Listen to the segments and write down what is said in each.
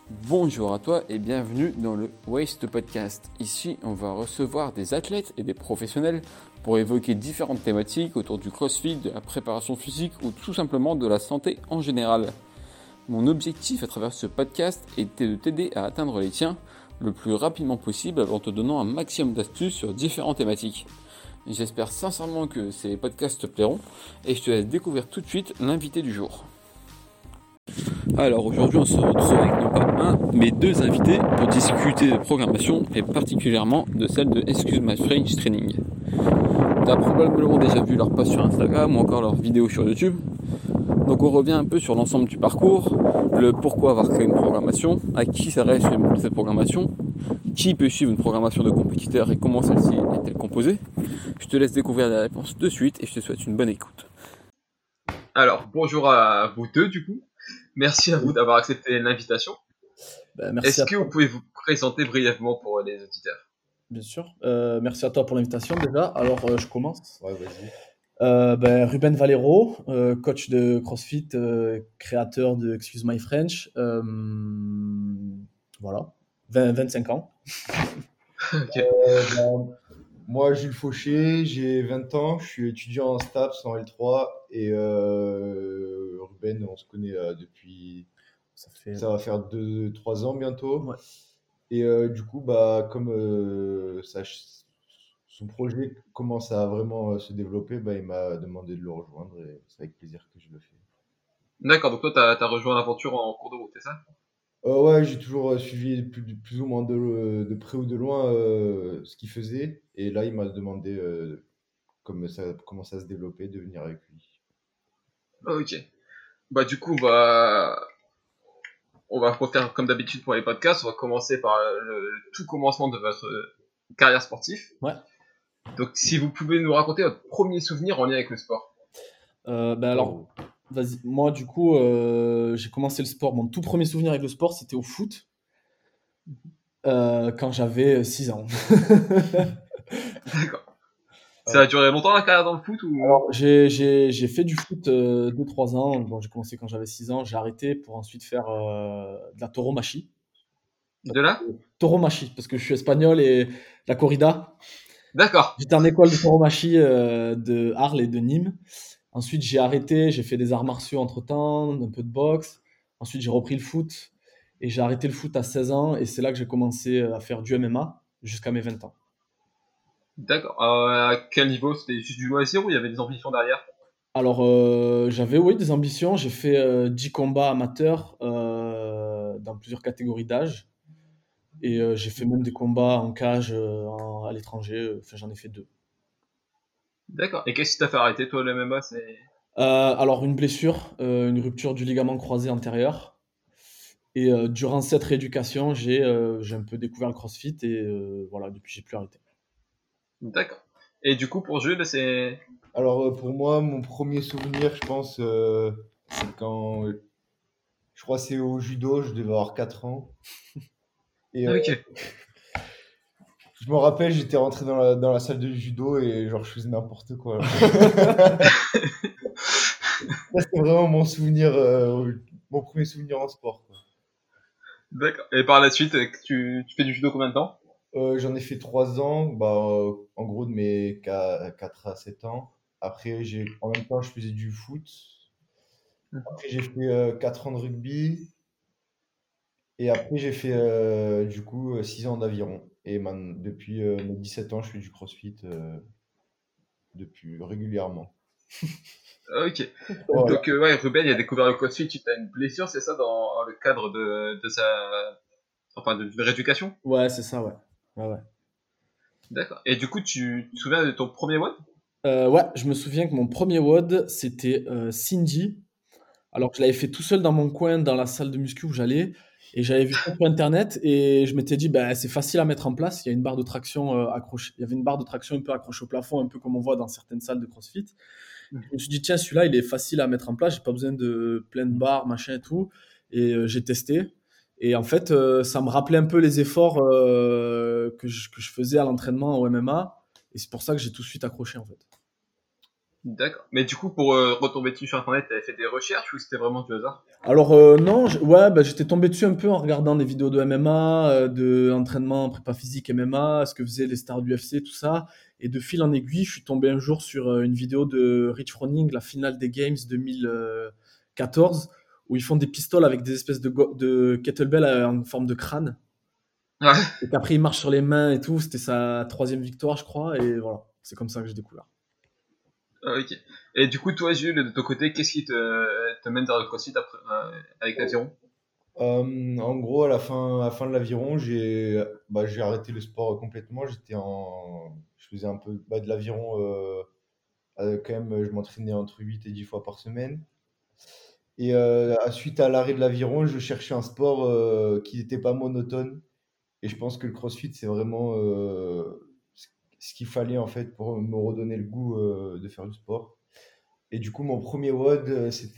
Bonjour à toi et bienvenue dans le Waste Podcast. Ici, on va recevoir des athlètes et des professionnels pour évoquer différentes thématiques autour du CrossFit, de la préparation physique ou tout simplement de la santé en général. Mon objectif à travers ce podcast était de t'aider à atteindre les tiens le plus rapidement possible en te donnant un maximum d'astuces sur différentes thématiques. J'espère sincèrement que ces podcasts te plairont et je te laisse découvrir tout de suite l'invité du jour. Alors aujourd'hui on se retrouve avec non pas un mais deux invités pour discuter de programmation et particulièrement de celle de Excuse My French Training. Tu as probablement déjà vu leur post sur Instagram ou encore leurs vidéos sur YouTube. Donc on revient un peu sur l'ensemble du parcours, le pourquoi avoir créé une programmation, à qui s'adresse cette programmation, qui peut suivre une programmation de compétiteur et comment celle-ci est-elle composée. Je te laisse découvrir les réponses de suite et je te souhaite une bonne écoute. Alors, bonjour à vous deux du coup. Merci à vous d'avoir accepté l'invitation. Merci Est-ce que vous pouvez vous présenter brièvement pour les auditeurs ? Bien sûr. Merci à toi pour l'invitation déjà. Alors, je commence. Ouais, vas-y. Ruben Valero, coach de CrossFit, créateur de Excuse My French. Voilà, 25 ans. Ok. Moi, Jules Fauché, j'ai 20 ans, je suis étudiant en STAPS en L3 et Ruben, on se connaît depuis, ça va faire 2-3 ans bientôt. Ouais. Et du coup, comme son projet commence à vraiment se développer, il m'a demandé de le rejoindre et c'est avec plaisir que je le fais. D'accord, donc toi t'as rejoint l'aventure en cours de route, c'est ça ? Ouais, j'ai toujours suivi plus ou moins de près ou de loin ce qu'il faisait. Et là, il m'a demandé, comme ça commence à se développer, de venir avec lui. Ok. Du coup, on va faire comme d'habitude pour les podcasts. On va commencer par le tout commencement de votre carrière sportive. Ouais. Donc, si vous pouvez nous raconter votre premier souvenir en lien avec le sport. Alors, vas-y. Moi, du coup, j'ai commencé le sport. Mon tout premier souvenir avec le sport, c'était au foot. Quand j'avais 6 ans. D'accord. Ça a duré longtemps la carrière dans le foot ou... Alors, j'ai fait du foot 2-3 ans. Bon, j'ai commencé quand j'avais 6 ans. J'ai arrêté pour ensuite faire de la tauromachie. De là ? Tauromachie, parce que je suis espagnol et la corrida. D'accord. J'étais en école de tauromachie de Arles et de Nîmes. Ensuite, j'ai arrêté. J'ai fait des arts martiaux entre-temps, un peu de boxe. Ensuite, j'ai repris le foot. Et j'ai arrêté le foot à 16 ans. Et c'est là que j'ai commencé à faire du MMA jusqu'à mes 20 ans. D'accord. À quel niveau ? C'était juste du loisir ou il y avait des ambitions derrière ? Alors, j'avais des ambitions. J'ai fait 10 combats amateurs dans plusieurs catégories d'âge. Et j'ai fait même des combats en cage à l'étranger. Enfin, j'en ai fait 2. D'accord. Et qu'est-ce qui t'a fait arrêter, toi, le MMA ? Alors, une blessure, une rupture du ligament croisé antérieur. Et durant cette rééducation, j'ai un peu découvert le CrossFit et voilà, depuis, j'ai plus arrêté. D'accord. Et du coup, pour Jules, c'est... Alors, pour moi, mon premier souvenir, je pense, c'est quand, je crois que c'est au judo, je devais avoir 4 ans. Et Ok. je me rappelle, j'étais rentré dans la salle de judo et genre je faisais n'importe quoi. Ça, c'est vraiment mon souvenir, mon premier souvenir en sport, quoi. D'accord. Et par la suite, tu fais du judo combien de temps ? J'en ai fait 3 ans, en gros de mes 4 à 7 ans. Après, en même temps, je faisais du foot. Après, j'ai fait 4 ans de rugby. Et après, j'ai fait du coup 6 ans d'aviron. Et depuis mes 17 ans, je fais du CrossFit depuis régulièrement. Ok. Voilà. Donc, ouais, Ruben, il a découvert le CrossFit suite à une blessure, c'est ça, dans le cadre de sa... Enfin, d'une rééducation ? Ouais, c'est ça, ouais. Ouais. D'accord. Et du coup, tu te souviens de ton premier WOD ? Ouais, je me souviens que mon premier WOD, c'était Cindy. Alors que je l'avais fait tout seul dans mon coin, dans la salle de muscu où j'allais. Et j'avais vu ça sur Internet et je m'étais dit, c'est facile à mettre en place. Il y a une barre de traction accrochée. Il y avait une barre de traction un peu accrochée au plafond, un peu comme on voit dans certaines salles de CrossFit. Je me suis dit, tiens, celui-là, il est facile à mettre en place. J'ai pas besoin de plein de barres, machin et tout. Et j'ai testé. Et en fait, ça me rappelait un peu les efforts que je faisais à l'entraînement au MMA. Et c'est pour ça que j'ai tout de suite accroché, en fait. D'accord. Mais du coup, pour retomber dessus sur Internet, t'avais fait des recherches ou c'était vraiment du hasard? Alors non, j'étais tombé dessus un peu en regardant des vidéos de MMA, de entraînement, prépa physique MMA, ce que faisaient les stars du UFC, tout ça. Et de fil en aiguille, je suis tombé un jour sur une vidéo de Rich Froning, la finale des Games 2014, où ils font des pistoles avec des espèces de kettlebell en forme de crâne. Ouais. Et qu'après, il marche sur les mains et tout. C'était sa 3e victoire, je crois. Et voilà, c'est comme ça que j'ai découvert. Ok. Et du coup, toi, Jules, de ton côté, qu'est-ce qui te mène vers le CrossFit après, avec l'aviron? En gros, à la fin de l'aviron, j'ai arrêté le sport complètement. Je faisais un peu de l'aviron. Quand même, je m'entraînais entre 8 et 10 fois par semaine. Et suite à l'arrêt de l'aviron, je cherchais un sport qui n'était pas monotone. Et je pense que le CrossFit, c'est vraiment ce qu'il fallait en fait pour me redonner le goût de faire du sport. Et du coup, mon premier WOD,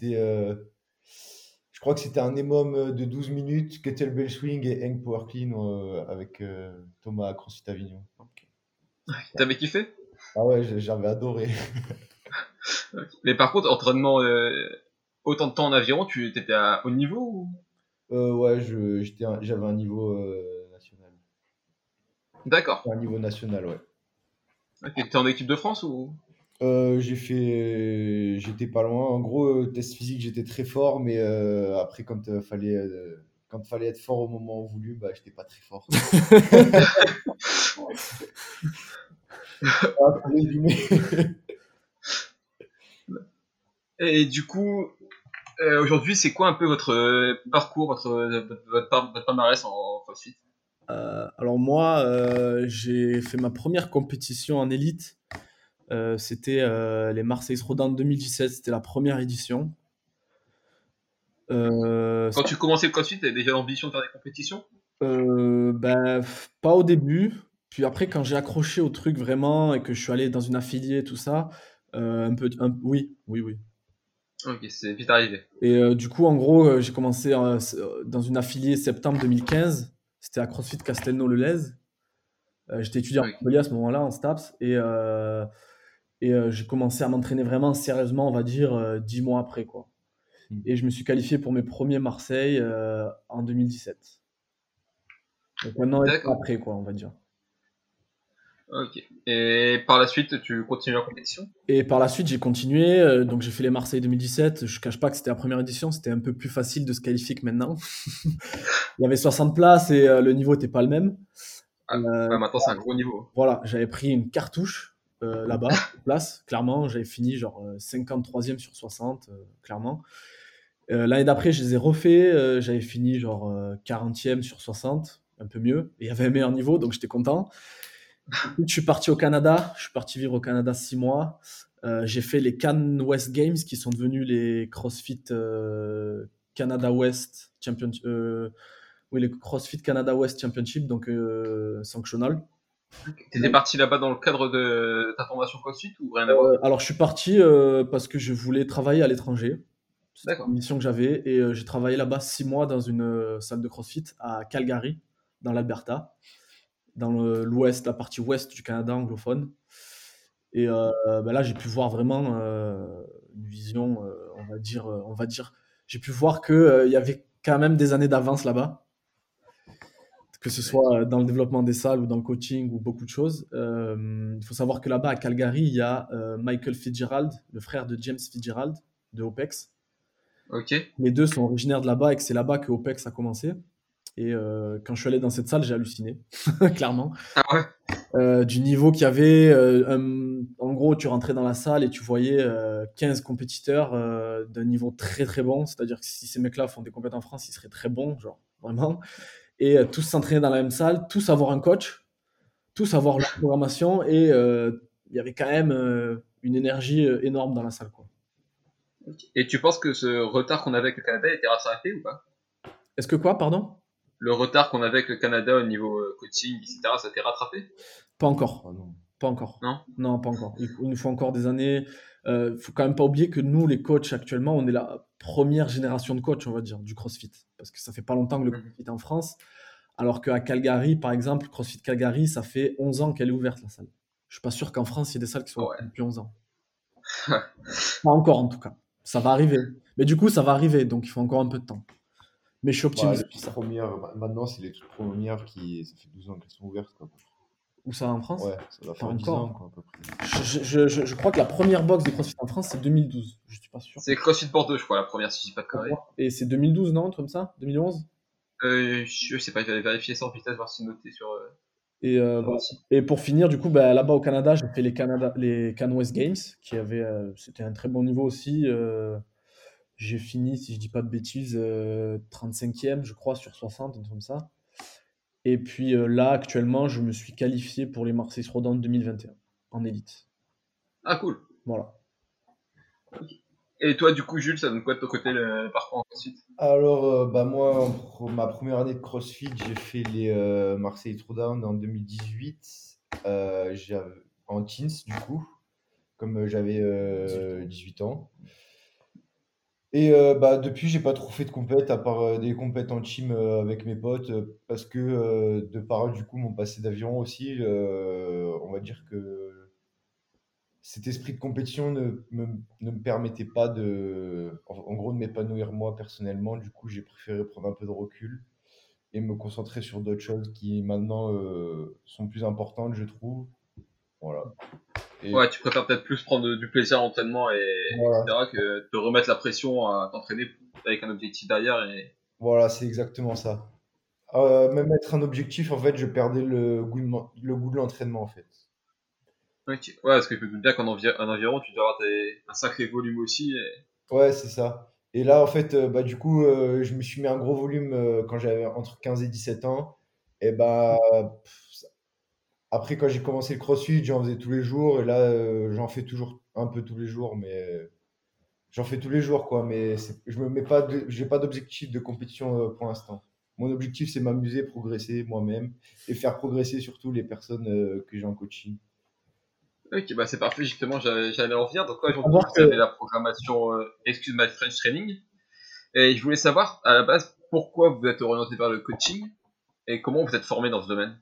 je crois que c'était un EMOM de 12 minutes, kettlebell swing et hang power clean avec Thomas à CrossFit Avignon. T'avais kiffé? Ah ouais, j'avais adoré. Ok. Mais par contre, entraînement autant de temps en aviron, tu étais à haut niveau ou... Ouais, j'avais un niveau national. D'accord. Un niveau national, ouais. Ok, t'es en équipe de France ou... J'étais pas loin. En gros, test physique, j'étais très fort, mais après, quand fallait être fort au moment voulu, bah, j'étais pas très fort. Ah, pour résumer. Et du coup, aujourd'hui, c'est quoi un peu votre parcours, votre palmarès en CrossFit? Alors moi, j'ai fait ma première compétition en élite. C'était les Marseille Rodin 2017. C'était la première édition. Quand tu commençais le CrossFit, t'avais déjà l'ambition de faire des compétitions? Pas au début. Puis après, quand j'ai accroché au truc vraiment et que je suis allé dans une affiliée, tout ça, oui, oui, oui. Ok, c'est vite arrivé. Et du coup, en gros, j'ai commencé dans une affiliée septembre 2015. C'était à CrossFit Castelnau-le-Lez. J'étais étudiant à Ok. Montpellier à ce moment-là, en STAPS. Et j'ai commencé à m'entraîner vraiment sérieusement, on va dire, 10 mois après, quoi. Et je me suis qualifié pour mes premiers Marseille en 2017. Donc maintenant, D'accord. après, quoi, on va dire. Ok. Et par la suite, tu continues la compétition? Et par la suite, j'ai continué. Donc j'ai fait les Marseille 2017. Je ne cache pas que c'était la première édition. C'était un peu plus facile de se qualifier que maintenant. Il y avait 60 places et le niveau n'était pas le même. Ah, Euh, ouais, maintenant, c'est un gros niveau. voilà, j'avais pris une cartouche là-bas, place, clairement. J'avais fini genre 53e sur 60, clairement. L'année d'après, je les ai refaits. J'avais fini genre 40e sur 60, un peu mieux. Et il y avait un meilleur niveau, donc j'étais content. Ensuite, je suis parti au Canada. Je suis parti vivre au Canada 6 mois. J'ai fait les Cannes West Games qui sont devenus les CrossFit Canada West Championship. Oui, les CrossFit Canada West Championship, donc sanctional. T'étais parti là-bas dans le cadre de ta formation CrossFit ou rien à voir? Alors, je suis parti parce que je voulais travailler à l'étranger. C'était D'accord. une mission que j'avais et j'ai travaillé là-bas 6 mois dans une salle de CrossFit à Calgary, dans l'Alberta, dans l'ouest, la partie ouest du Canada anglophone. Et là, j'ai pu voir vraiment une vision, on va dire, j'ai pu voir que il y avait quand même des années d'avance là-bas, que ce soit dans le développement des salles ou dans le coaching ou beaucoup de choses. Il faut savoir que là-bas, à Calgary, il y a Michael Fitzgerald, le frère de James Fitzgerald, de OPEX. Ok. Les deux sont originaires de là-bas et que c'est là-bas que OPEX a commencé. Et quand je suis allé dans cette salle, j'ai halluciné, clairement. Ah ouais. Du niveau qu'il y avait. En gros, tu rentrais dans la salle et tu voyais 15 compétiteurs d'un niveau très très bon. C'est-à-dire que si ces mecs-là font des compétitions en France, ils seraient très bons, genre vraiment. Et tous s'entraîner dans la même salle, tous avoir un coach, tous avoir leur programmation. Et il y avait quand même une énergie énorme dans la salle, quoi. Et tu penses que ce retard qu'on avait avec le Canada était rattrapé ou pas? Est-ce que quoi, pardon? Le retard qu'on avait avec le Canada au niveau coaching, etc., ça a été rattrapé? Pas encore. Ah non. Pas encore. Non? Non, pas encore. Il nous faut encore des années. Faut quand même pas oublier que nous, les coachs, actuellement, on est la première génération de coachs, on va dire, du CrossFit. Parce que ça fait pas longtemps que le Mhm. CrossFit est en France. Alors qu'à Calgary, par exemple, CrossFit Calgary, ça fait 11 ans qu'elle est ouverte, la salle. Je suis pas sûr qu'en France, il y ait des salles qui sont Ouais. ouvertes depuis 11 ans. Pas encore en tout cas. Ça va arriver. Mais du coup, ça va arriver, donc il faut encore un peu de temps. Mais je suis Bah, optimiste les pour toutes ça. premières, maintenant, c'est les toutes premières qui. Ça fait 12 ans qu'elles sont ouvertes, quoi. Où ça en France? Ouais, ça doit Pas faire 10 encore. ans, quoi, à peu près. Je crois que la première box de CrossFit en France, c'est 2012. Je suis pas sûr. C'est CrossFit Bordeaux, je crois, la première, si je dis pas de conneries. Et c'est 2012, non? Un truc comme ça? 2011? Je sais pas, j'avais vérifié ça en vitesse, voir si c'est noté sur Et, sur voilà. le site. Et pour finir, du coup, bah, là-bas au Canada, j'ai fait les Can West Games, qui avaient, c'était un très bon niveau aussi. J'ai fini, si je dis pas de bêtises, 35e, je crois, sur 60, un truc comme ça. Et puis là, actuellement, je me suis qualifié pour les Marseille Throwdown 2021 en élite. Ah, cool. Voilà. Et toi, du coup, Jules, ça donne quoi de ton côté le parcours ensuite? Alors, bah, moi, ma première année de CrossFit, j'ai fait les Marseille Throwdown en 2018. En teens, du coup, comme j'avais 18 ans. Et bah, depuis, j'ai pas trop fait de compète, à part des compètes en team avec mes potes, parce que de par du coup mon passé d'aviron aussi, on va dire que cet esprit de compétition ne me permettait pas en gros, de m'épanouir moi personnellement. Du coup, j'ai préféré prendre un peu de recul et me concentrer sur d'autres choses qui maintenant sont plus importantes, je trouve. Voilà. Et Ouais, tu préfères peut-être plus prendre du plaisir à l'entraînement voilà, etc. que te remettre la pression à t'entraîner avec un objectif derrière et. voilà, c'est exactement ça. Même mettre un objectif, en fait, je perdais le goût de l'entraînement, en fait. Ok. Ouais, parce que je me doute bien qu'en environ, tu dois avoir un sacré volume aussi. Ouais, c'est ça. Et là, en fait, bah, du coup, je me suis mis un gros volume quand j'avais entre 15 et 17 ans. Et bah, après, quand j'ai commencé le CrossFit, j'en faisais tous les jours. Et là, j'en fais toujours un peu tous les jours, mais j'en fais tous les jours, quoi. Mais je me mets pas j'ai pas d'objectif de compétition pour l'instant. Mon objectif, c'est m'amuser, progresser moi-même et faire progresser surtout les personnes que j'ai en coaching. Ok, bah c'est parfait, justement, j'allais en venir. Donc, là, aujourd'hui, Savoir vous que avez la programmation Excuse My French Training. Et je voulais savoir, à la base, pourquoi vous êtes orienté vers le coaching et comment vous êtes formé dans ce domaine.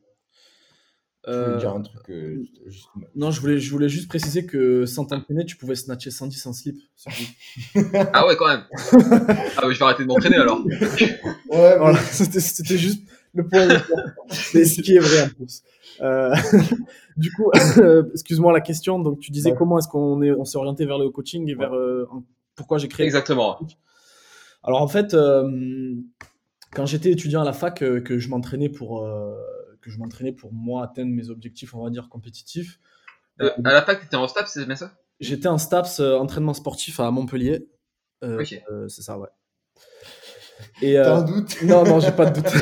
Tu voulais euh, dire un truc juste. non, je voulais juste préciser que sans t'entraîner, tu pouvais snatcher 110 sans slip. C'est tout. Ah ouais, quand même. Ah oui, je vais arrêter de m'entraîner alors. Ouais, Voilà, c'était juste le point. C'est ce qui est vrai en plus. Euh, du coup, excuse-moi la question. Donc, tu disais bah, comment est-ce on s'est orienté vers le coaching et ouais. vers pourquoi j'ai créé. Exactement. Alors en fait, quand j'étais étudiant à la fac, que je m'entraînais pour moi atteindre mes objectifs, on va dire compétitifs. À la fac, t'étais en STAPS, c'est bien ça? J'étais en STAPS entraînement sportif à Montpellier. Ok. C'est ça, ouais. Et T'as un doute? non, non, j'ai pas de doute.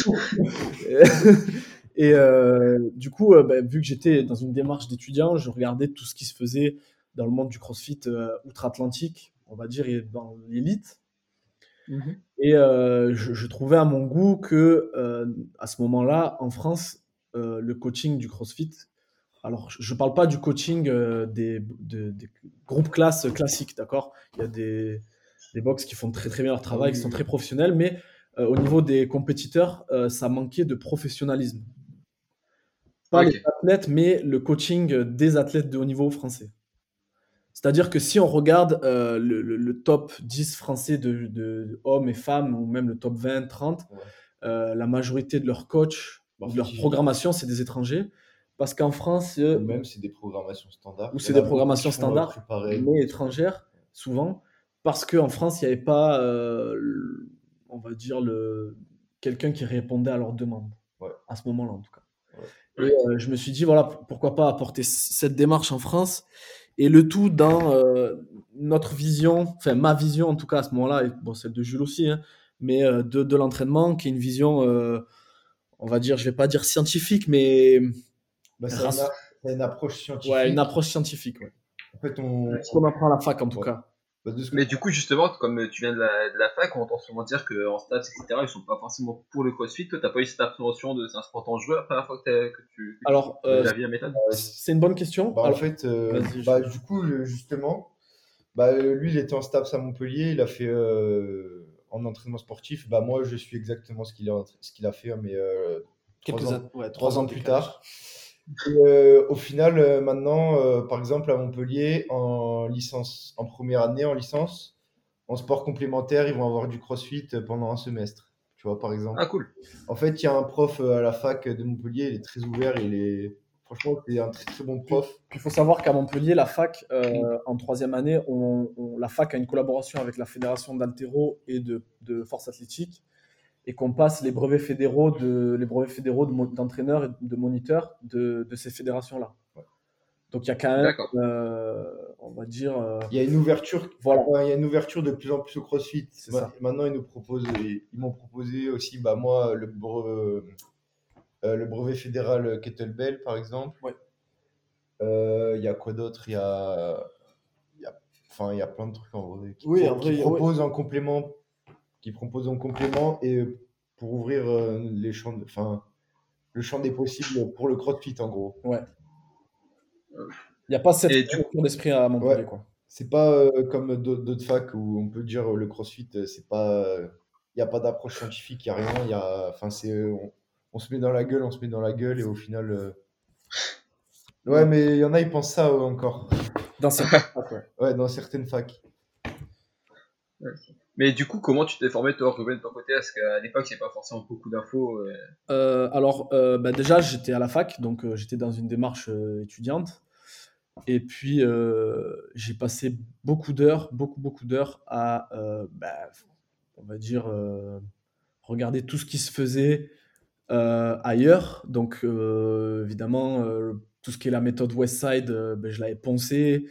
Et du coup, bah, vu que j'étais dans une démarche d'étudiant, je regardais tout ce qui se faisait dans le monde du CrossFit outre-Atlantique, on va dire, et dans l'élite. Et je trouvais à mon goût que à ce moment-là, en France, le coaching du CrossFit, alors je ne parle pas du coaching des groupes classes classiques, d'accord? Il y a des box qui font très très bien leur travail, qui sont très professionnels, mais au niveau des compétiteurs, ça manquait de professionnalisme. Pas les Ok. athlètes, mais le coaching des athlètes de haut niveau français. C'est-à-dire que si on regarde le top 10 français de hommes et femmes, ou même le top 20, 30, Ouais. la majorité de leurs coachs, Bah, en de fait, leur programmation, c'est des étrangers. Parce qu'en France, ou même c'est des programmations standards. ou Il y c'est en a des beaucoup qui programmations font standards, préparer. mais étrangères, souvent, parce qu'en France, il n'y avait pas, on va dire, quelqu'un qui répondait à leurs demandes, Ouais. à ce moment-là en tout cas. Et Ouais. je me suis dit, voilà, pourquoi pas apporter cette démarche en France, et le tout dans notre vision, enfin ma vision en tout cas à ce moment-là, et bon, celle de Jules aussi, hein, mais de l'entraînement, qui est une vision, on va dire, je vais pas dire scientifique, mais Bah, race- ça a une approche ouais, une scientifique. approche scientifique, ouais. En fait, Qu'on apprend à la fac en tout ouais. cas. Bah, de ce que Mais du coup, justement, comme tu viens de la fac, on entend souvent dire qu'en STAPS, etc., ils sont pas forcément pour le CrossFit. Toi, t'as pas eu cette appréhension de c'est un sport dangereux la première fois que tu Alors, avais la vie à méthode? c'est une bonne question. bah, en Alors, fait, vas-y, bah, du coup, justement, bah, lui, il était en STAPS à Montpellier, il a fait en entraînement sportif. Bah, moi, je suis exactement ce qu'il a fait, hein, mais quelques 3 ans, ouais, 3 3 ans ans de plus décalage. tard. Et, au final, maintenant, par exemple, à Montpellier, en licence, en première année, en licence, en sport complémentaire, ils vont avoir du CrossFit pendant un semestre. Tu vois, par exemple. Ah, cool. En fait, il y a un prof à la fac de Montpellier, il est très ouvert, franchement, c'est un très très bon prof. Puis il faut savoir qu'à Montpellier, la fac, en troisième année, la fac a une collaboration avec la fédération d'haltéro et de force athlétique et qu'on passe les brevets fédéraux d'entraîneurs et de moniteurs de ces fédérations-là. Ouais. Donc il y a quand même, D'accord. on va dire, Il y a une ouverture, voilà, il y a une ouverture de plus en plus au CrossFit. c'est ça. Maintenant, ils m'ont proposé aussi, bah, moi, le brevet fédéral Kettlebell, par exemple. Ouais. Il y a quoi d'autre? Enfin, il y a plein de trucs en vrai Oui, en vrai, qui proposent en complément, et pour ouvrir le champ des possibles pour le CrossFit en gros. ouais. Il n'y a pas cette Et du coup, ouverture d'esprit à Montpellier, Ouais. quoi. C'est pas comme d'autres facs où on peut dire le CrossFit, c'est pas, il y a pas d'approche scientifique, il y a rien, enfin on se met dans la gueule, et au final, ouais, mais il y en a, ils pensent ça encore. Dans certains facs, ouais. Ouais, dans certaines facs. mais du coup, comment tu t'es formé toi, Ruben, de ton côté? Parce qu'à l'époque, il n'y avait pas forcément beaucoup d'infos. Alors, bah, déjà, j'étais à la fac, donc j'étais dans une démarche étudiante. Et puis, j'ai passé beaucoup d'heures à, bah, on va dire, regarder tout ce qui se faisait ailleurs. Donc, évidemment, tout ce qui est la méthode Westside, ben, je l'avais poncé.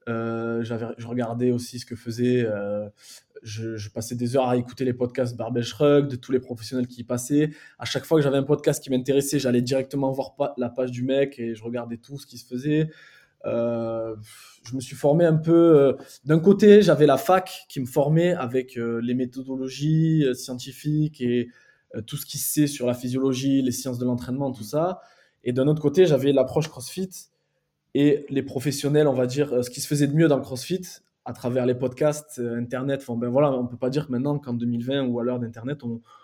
Je regardais aussi ce que faisait. Je passais des heures à écouter les podcasts Barbell Shrugged, de tous les professionnels qui y passaient. À chaque fois que j'avais un podcast qui m'intéressait, j'allais directement voir la page du mec et je regardais tout ce qui se faisait. Je me suis formé un peu. D'un côté, j'avais la fac qui me formait avec les méthodologies scientifiques et tout ce qui se sait sur la physiologie, les sciences de l'entraînement, tout ça. Et d'un autre côté, j'avais l'approche CrossFit et les professionnels, on va dire, ce qui se faisait de mieux dans le CrossFit à travers les podcasts, Internet. Enfin, ben voilà, on peut pas dire que maintenant qu'en 2020 ou à l'heure d'Internet,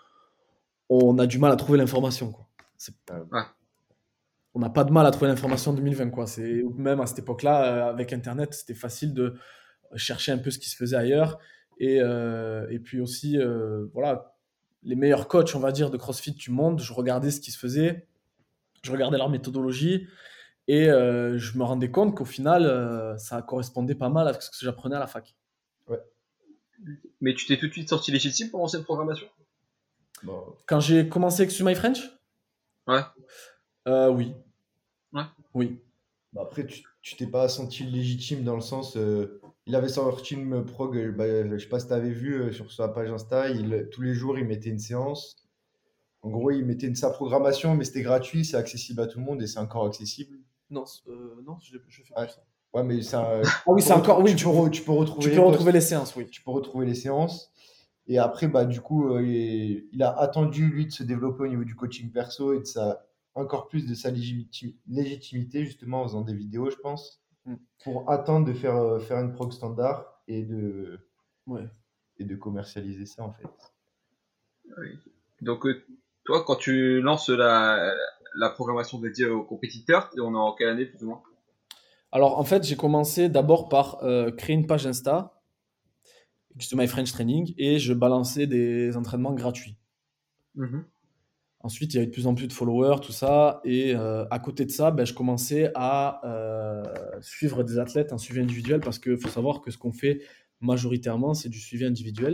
on a du mal à trouver l'information, quoi. Ouais. On n'a pas de mal à trouver l'information en 2020, quoi. Même à cette époque-là, avec Internet, c'était facile de chercher un peu ce qui se faisait ailleurs. Et puis aussi, voilà, les meilleurs coachs, on va dire, de CrossFit du monde, je regardais ce qui se faisait, je regardais leur méthodologie, et je me rendais compte qu'au final, ça correspondait pas mal à ce que j'apprenais à la fac. Ouais. Mais tu t'es tout de suite sorti légitime pour lancer une programmation? Bon. Quand j'ai commencé avec My French, Ouais. oui. Ouais. Oui. Bah, après, tu t'es pas senti légitime dans le sens, il avait sorti une prog, bah, je sais pas si t'avais vu sur sa page Insta, tous les jours il mettait une séance. En gros, il mettait sa programmation, mais c'était gratuit, c'est accessible à tout le monde et c'est encore accessible. Non, non, je fais Ah, plus ça. ouais, mais ça, Ah oui, c'est encore, oui, tu peux retrouver tu les peux retrouver posts, les séances, oui. tu peux retrouver les séances. Et après, bah, du coup, il a attendu, lui, de se développer au niveau du coaching perso et encore plus de sa légitimité, justement, en faisant des vidéos, je pense, Mm. pour attendre de faire une prog standard Ouais. et de commercialiser ça, en fait. Oui. Donc, toi, quand tu lances la programmation dédiée aux compétiteurs, on est en quelle année plus ou moins? Alors, en fait, j'ai commencé d'abord par créer une page Insta, My French Training, et je balançais des entraînements gratuits. Mhm. Ensuite, il y avait de plus en plus de followers, tout ça. Et à côté de ça, ben, je commençais à suivre des athlètes en suivi individuel parce qu'il faut savoir que ce qu'on fait majoritairement, c'est du suivi individuel.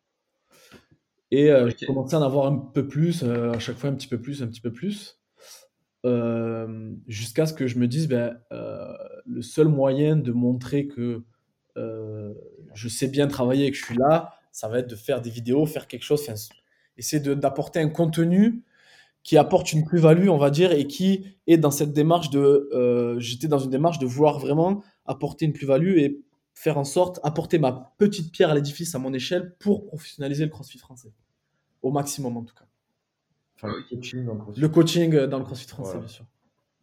Et j'ai Ok. commencé à en avoir un peu plus, à chaque fois un petit peu plus, un petit peu plus. Jusqu'à ce que je me dise, ben, le seul moyen de montrer que je sais bien travailler et que je suis là, ça va être de faire des vidéos, faire quelque chose, essayer d'apporter un contenu qui apporte une plus-value, on va dire, et qui est dans cette démarche j'étais dans une démarche de vouloir vraiment apporter une plus-value et faire en sorte, apporter ma petite pierre à l'édifice à mon échelle pour professionnaliser le CrossFit français. Au maximum, en tout cas. Enfin, Ah le oui. coaching dans le CrossFit. Le coaching dans le CrossFit français, Voilà. bien sûr.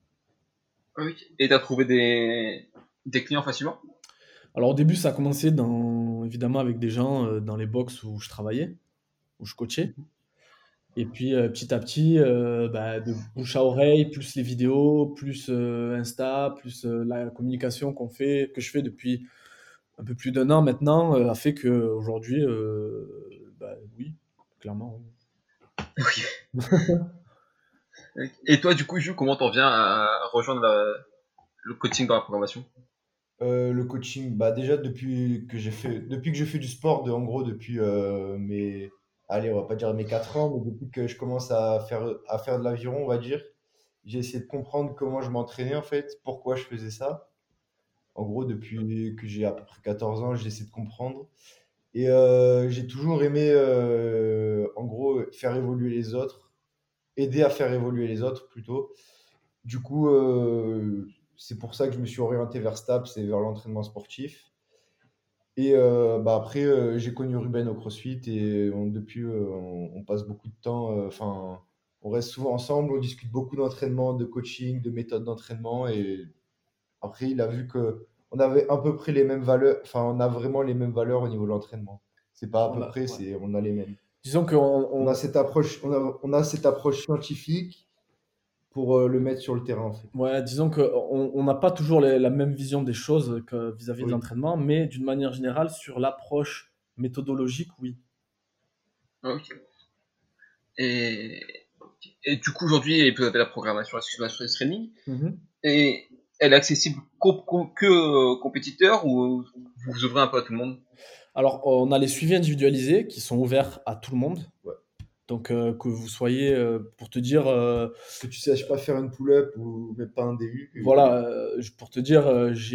Ah oui. Et t'as trouvé des clients facilement? Alors, au début, ça a commencé évidemment avec des gens dans les box où je travaillais, où je coachais. Et puis petit à petit, de bouche à oreille, plus les vidéos, plus Insta, plus la communication que je fais depuis un peu plus d'un an maintenant, a fait qu'aujourd'hui, oui, clairement. Oui. Oui. Et toi, du coup, Jules, comment t'en viens à rejoindre le coaching dans la programmation? Le coaching, bah déjà depuis que je fais du sport, en gros depuis allez, on va pas dire mes 4 ans, mais depuis que je commence à faire de l'aviron, on va dire, j'ai essayé de comprendre comment je m'entraînais en fait, pourquoi je faisais ça. En gros, depuis que j'ai à peu près 14 ans, j'essaie de comprendre. Et j'ai toujours aimé, en gros, faire évoluer les autres, aider à faire évoluer les autres plutôt. Du coup, c'est pour ça que je me suis orienté vers STAPS et vers l'entraînement sportif. Et après, j'ai connu Ruben au CrossFit et depuis, on passe beaucoup de temps, enfin, on reste souvent ensemble, on discute beaucoup d'entraînement, de coaching, de méthodes d'entraînement. Et après, il a vu que on avait à peu près les mêmes valeurs, enfin, on a vraiment les mêmes valeurs au niveau de l'entraînement. C'est pas à peu près, Ouais. on a les mêmes. Disons que On a cette approche, on a cette approche scientifique pour le mettre sur le terrain, en fait. ouais, disons que on n'a pas toujours la même vision des choses que vis-à-vis de Oui. l'entraînement, mais d'une manière générale, sur l'approche méthodologique, oui. Ok. Et, et du coup, aujourd'hui, vous avez la programmation sur streaming. Mhm. Et elle est accessible que aux compétiteurs ou vous ouvrez un peu à tout le monde? Alors, on a les suivis individualisés qui sont ouverts à tout le monde. Ouais. Donc, que vous soyez, pour te dire, Que tu saches pas faire une pull-up ou même pas un DU. voilà, pour te dire,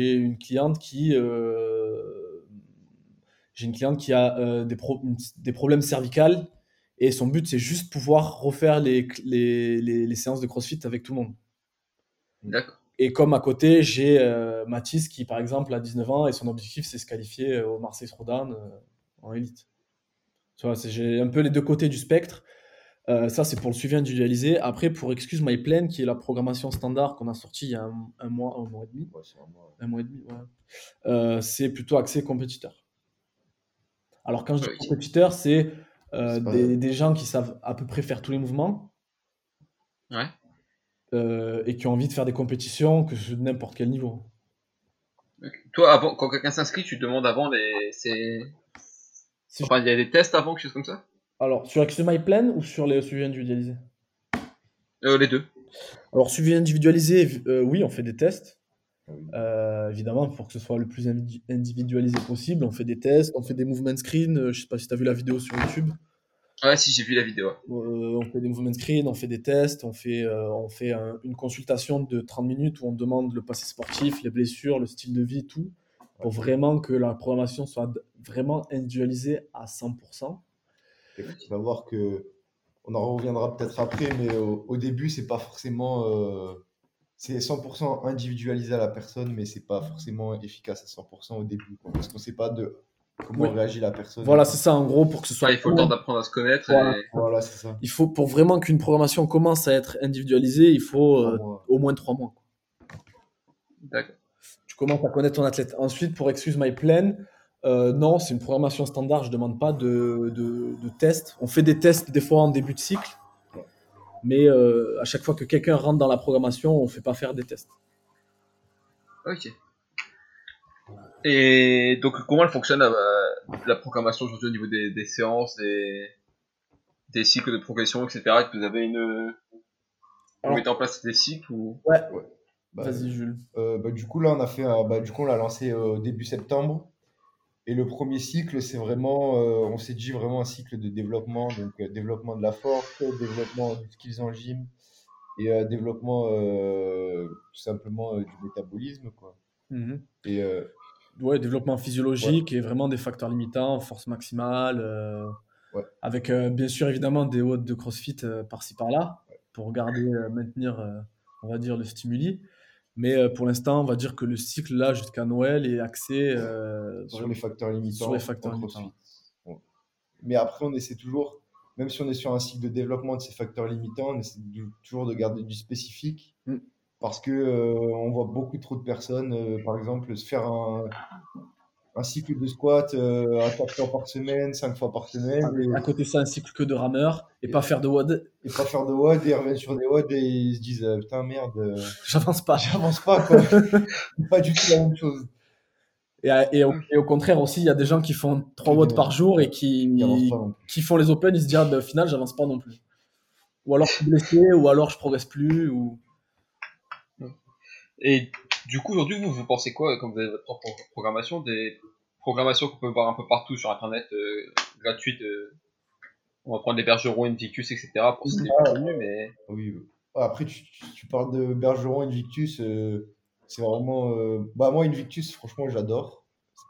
j'ai une cliente qui a des problèmes cervicales et son but, c'est juste pouvoir refaire les séances de CrossFit avec tout le monde. D'accord. Et comme à côté, j'ai Mathis qui, par exemple, a 19 ans et son objectif, c'est se qualifier au Marseille Throwdown en élite. Tu vois, j'ai un peu les deux côtés du spectre. Ça, c'est pour le suivi individualisé. Après, pour Excuse My Plan, qui est la programmation standard qu'on a sortie il y a un mois et demi. Ouais, c'est vraiment- Un mois et demi, ouais. C'est plutôt axé compétiteur. Alors, quand je dis Ok. compétiteur, c'est c'est pas... des gens qui savent à peu près faire tous les mouvements Ouais. et qui ont envie de faire des compétitions, que ce n'importe quel niveau. Ok. Toi, avant, quand quelqu'un s'inscrit, tu te demandes avant Si je- enfin, il y a des tests avant, quelque chose comme ça? Alors, sur Excuse My Plan ou sur les suivis individualisés? Les deux. Alors, suivi individualisé, oui, on fait des tests. Ah oui. Évidemment, pour que ce soit le plus individualisé possible, on fait des tests, on fait des movement screen. Je sais pas si tu as vu la vidéo sur YouTube. Ouais, si, j'ai vu la vidéo. On fait des movement screen, on fait des tests, on fait une consultation de 30 minutes où on demande le passé sportif, les blessures, le style de vie, tout, pour Ouais. vraiment que la programmation soit vraiment individualisée à 100%. Et tu vas voir que on en reviendra peut-être après, mais au début, c'est pas forcément c'est 100% individualisé à la personne, mais c'est pas forcément efficace à 100% au début, quoi, parce qu'on sait pas de comment Oui, réagit la personne et voilà, tout. c'est ça en gros pour que ce Ah, soit il faut le temps d'apprendre à se connaître voilà. et... Voilà, c'est ça. Il faut pour vraiment qu'une programmation commence à être individualisée, il faut 3 mois. au moins 3 mois. D'accord. Tu commences à connaître ton athlète. Ensuite, pour Excuse My Plan, non, c'est une programmation standard. Je ne demande pas de tests. On fait des tests des fois en début de cycle, Ouais. mais à chaque fois que quelqu'un rentre dans la programmation, on ne fait pas faire des tests. Ok. Et donc, comment elle fonctionne la programmation aujourd'hui au niveau des séances, des cycles de progression, etc. Est-ce que vous avez vous Alors, mettez en place des cycles ou... ouais, Ouais. Bah, vas-y, Jules. du coup, là, du coup, on l'a lancé début septembre. Et le premier cycle, c'est vraiment, on s'est dit vraiment un cycle de développement, donc développement de la force, développement du skills en gym et développement tout simplement du métabolisme, quoi. Mhm. Et Ouais, développement ouais, physiologique et vraiment des facteurs limitants, force maximale, ouais, avec bien sûr évidemment des watts de CrossFit par-ci par-là pour garder, maintenir, on va dire, le stimuli. Mais pour l'instant, on va dire que le cycle là jusqu'à Noël est axé sur les facteurs sur les limitants en facteurs limitants. CrossFit. Ouais. Mais après, on essaie toujours, même si on est sur un cycle de développement de ces facteurs limitants, on essaie toujours de garder du spécifique Mm. parce que on voit beaucoup trop de personnes, par exemple, se faire un cycle de squat à 4 fois par semaine, 5 fois par semaine, À côté de ça, un cycle que de rameur et pas faire de WOD. et pas faire de WOD, et ils reviennent sur des WOD et ils se disent putain merde, J'avance pas. j'avance pas quoi. C'est pas du tout la même chose. Et au contraire aussi, il y a des gens qui font 3 Que watts des par jour et Ils avancent pas non plus. qui font les open, ils se disent au final, j'avance pas non plus. Ou alors je suis blessé, ou alors je progresse plus. Ou... Et du coup, aujourd'hui, vous pensez quoi, comme vous avez votre propre programmation, des programmations qu'on peut voir un peu partout sur Internet, gratuites, on va prendre les Bergeron, Invictus, etc. pour citer les plus connus, mais... Oui. Après, tu parles de Bergeron, Invictus, c'est vraiment... Bah moi, Invictus, franchement, j'adore.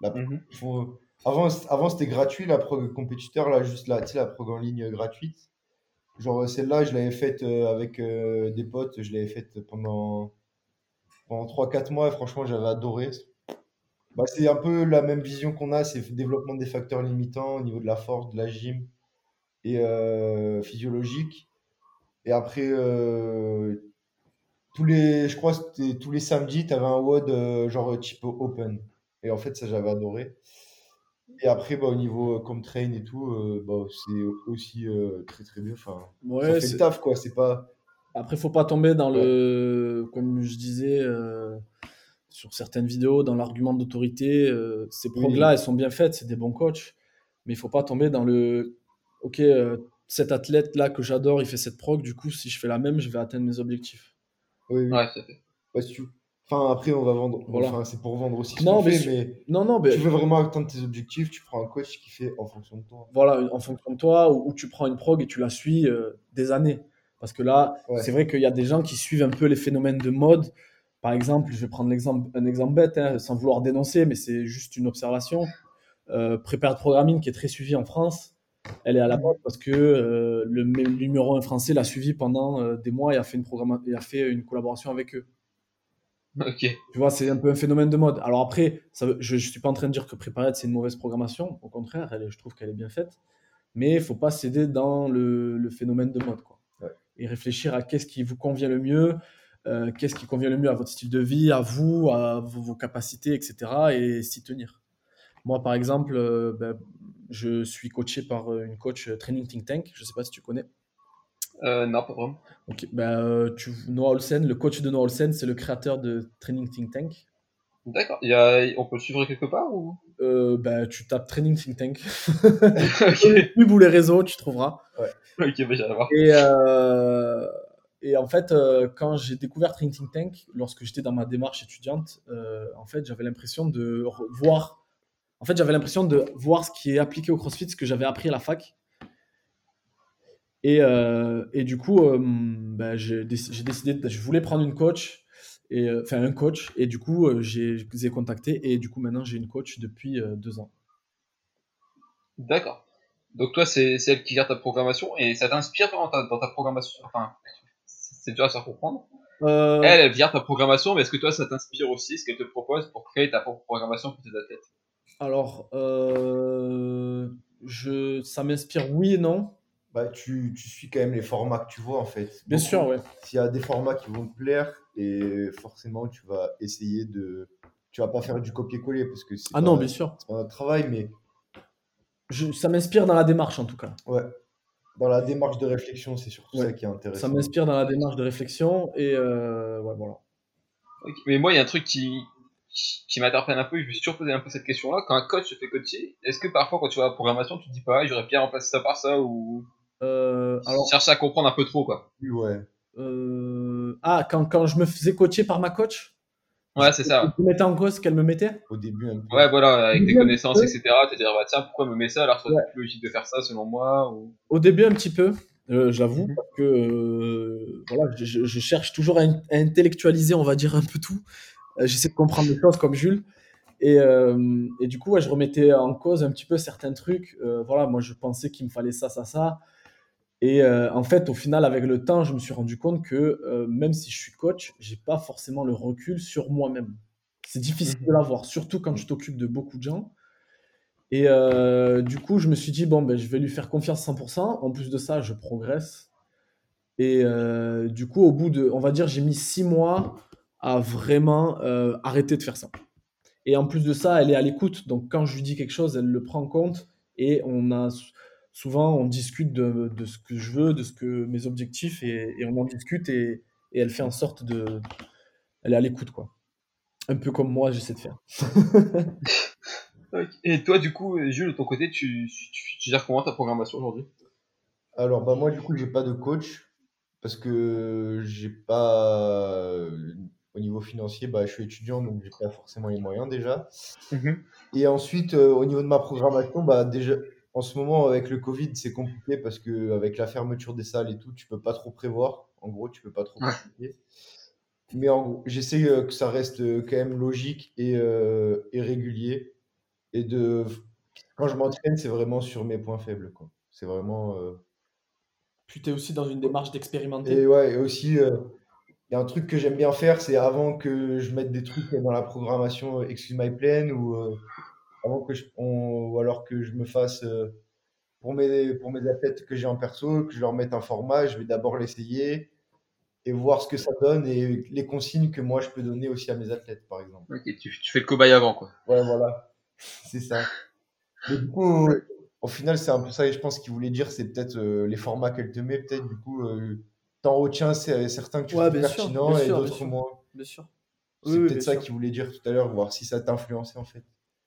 Avant, c'était gratuit, la prog compétiteur, là, juste là, tu sais, la prog en ligne gratuite. Genre, celle-là, je l'avais faite avec des potes, je l'avais faite pendant 3-4 mois, et franchement, j'avais adoré. Bah, c'est un peu la même vision qu'on a, c'est le développement des facteurs limitants au niveau de la force, de la gym et physiologique. Et après, je crois que c'était tous les samedis, tu avais un WOD genre type open. Et en fait, ça, j'avais adoré. Et après, bah, au niveau Comtrain et tout, bah, c'est aussi très très bien. Enfin, ça Ouais, fait le taf, quoi. C'est pas. après, faut pas tomber dans le, comme je disais sur certaines vidéos, dans l'argument d'autorité. Ces progs-là, elles sont bien faites, c'est des bons coachs, mais il faut pas tomber dans le, ok, cet athlète-là que j'adore, il fait cette prog, du coup, si je fais la même, je vais atteindre mes objectifs. Oui. Ouais, ça fait. Bah, Enfin, après, on va vendre. Voilà. Enfin, c'est pour vendre aussi ce Non, qu'on mais fait, mais non, tu veux vraiment atteindre tes objectifs, tu prends un coach qui fait en fonction de toi. voilà, en fonction de toi, ou tu prends une prog et tu la suis des années. Parce que là, Ouais. c'est vrai qu'il y a des gens qui suivent un peu les phénomènes de mode. Par exemple, je vais prendre un exemple bête, hein, sans vouloir dénoncer, mais c'est juste une observation. Prepared Programming, qui est très suivi en France, elle est à la mode parce que le numéro 1 français l'a suivi pendant des mois et a fait une collaboration avec eux. Ok. Tu vois, c'est un peu un phénomène de mode. Alors après, je ne suis pas en train de dire que Prepared, c'est une mauvaise programmation. Au contraire, je trouve qu'elle est bien faite. Mais il ne faut pas céder dans le phénomène de mode, quoi. Ouais. Et réfléchir à qu'est-ce qui vous convient le mieux, qu'est-ce qui convient le mieux à votre style de vie, à vous, à vos capacités, etc. Et s'y tenir. Moi, par exemple, je suis coaché par une coach Training Think Tank. Je ne sais pas si tu connais. Non, pas vraiment. Okay. Noah Olsen, le coach de Noah Olsen, c'est le créateur de Training Think Tank. D'accord. On peut le suivre quelque part ou Tu tapes Training Think Tank. Ok. Pub ou les réseaux, tu trouveras. Ouais. Ok, bah, j'allais voir. Et en fait, quand j'ai découvert Training Think Tank, lorsque j'étais dans ma démarche étudiante, en fait, j'avais l'impression de voir. En fait, j'avais l'impression de voir ce qui est appliqué au CrossFit, ce que j'avais appris à la fac. Et du coup, j'ai décidé, je voulais prendre une coach, un coach, et du coup, je les ai contactés, et du coup, maintenant, j'ai une coach depuis 2 ans. D'accord. Donc toi, c'est elle qui gère ta programmation, et ça t'inspire dans ta programmation. Enfin, c'est dur à se faire comprendre. Elle gère ta programmation, mais est-ce que toi, ça t'inspire aussi, ce qu'elle te propose pour créer ta propre programmation pour tes athlètes? Alors, ça m'inspire oui et non. Bah, tu suis quand même les formats que tu vois en fait. Bien sûr, ouais. S'il y a des formats qui vont te plaire, et forcément tu vas essayer de. Tu vas pas faire du copier-coller parce que c'est non, bien sûr. C'est pas notre travail, mais. Ça m'inspire dans la démarche en tout cas. Ouais. Dans la démarche de réflexion, c'est surtout ça qui est intéressant. Ça m'inspire dans la démarche de réflexion et ouais, voilà. Okay. Mais moi, il y a un truc qui m'interpelle un peu, je me suis toujours posé un peu cette question-là. Quand un coach se fait coacher, est-ce que parfois quand tu vois la programmation, tu te dis pas, j'aurais bien remplacé ça par ça, ou alors, chercher à comprendre un peu trop, quoi. Ouais. Quand je me faisais coacher par ma coach, ouais, c'est ça. Tu mettais en cause qu'elle me mettait au début un peu. Ouais, voilà, avec tes connaissances, etc. Tu te dis, bah tiens, pourquoi elle me met ça alors que c'est plus logique de faire ça selon moi, ou... Au début, un petit peu, j'avoue, parce que voilà, je cherche toujours à intellectualiser, on va dire, un peu tout. J'essaie de comprendre les choses comme Jules. Et du coup, je remettais en cause un petit peu certains trucs. Voilà, moi, je pensais qu'il me fallait ça, ça, ça. Et en fait, au final, avec le temps, je me suis rendu compte que même si je suis coach, j'ai pas forcément le recul sur moi-même. C'est difficile de l'avoir, surtout quand tu t'occupes de beaucoup de gens. Et du coup, je me suis dit, bon, je vais lui faire confiance 100%. En plus de ça, je progresse. Et du coup, au bout de, on va dire, j'ai mis 6 mois à vraiment arrêter de faire ça. Et en plus de ça, elle est à l'écoute. Donc, quand je lui dis quelque chose, elle le prend en compte. Et souvent, on discute de ce que je veux, de ce que mes objectifs, et on en discute. Et elle fait en sorte elle est à l'écoute, quoi. Un peu comme moi, j'essaie de faire. Et toi, du coup, Jules, de ton côté, tu gères comment ta programmation aujourd'hui? Alors, bah, moi, du coup, j'ai pas de coach parce que j'ai pas. Au niveau financier, bah, je suis étudiant, donc j'ai pas forcément les moyens déjà. Et ensuite, au niveau de ma programmation, bah, déjà, en ce moment, avec le Covid, c'est compliqué parce que avec la fermeture des salles et tout, tu peux pas trop prévoir. En gros, tu peux pas trop Ouais. planifier. Mais en gros, j'essaie que ça reste quand même logique et régulier. Et quand je m'entraîne, c'est vraiment sur mes points faibles, quoi. C'est vraiment. Puis tu es aussi dans une démarche d'expérimenter. Et ouais, et aussi, il y a un truc que j'aime bien faire, c'est avant que je mette des trucs dans la programmation Excuse My Plan avant ou alors que je me fasse pour mes athlètes que j'ai en perso, que je leur mette un format, je vais d'abord l'essayer et voir ce que ça donne et les consignes que moi je peux donner aussi à mes athlètes, par exemple. Ok, tu fais le cobaye avant, quoi. Ouais, voilà, c'est ça. Mais du coup, Ouais. au final, c'est un peu ça, et je pense qu'il voulait dire, c'est peut-être les formats qu'elle te met, peut-être, du coup, t'en retiens certains que tu Ouais, trouves bien sûr, bien pertinents et sûr, bien d'autres sûr. moins. Bien sûr. C'est Oui, peut-être bien ça sûr. qu'il voulait dire tout à l'heure, voir si ça t'a influencé, en fait.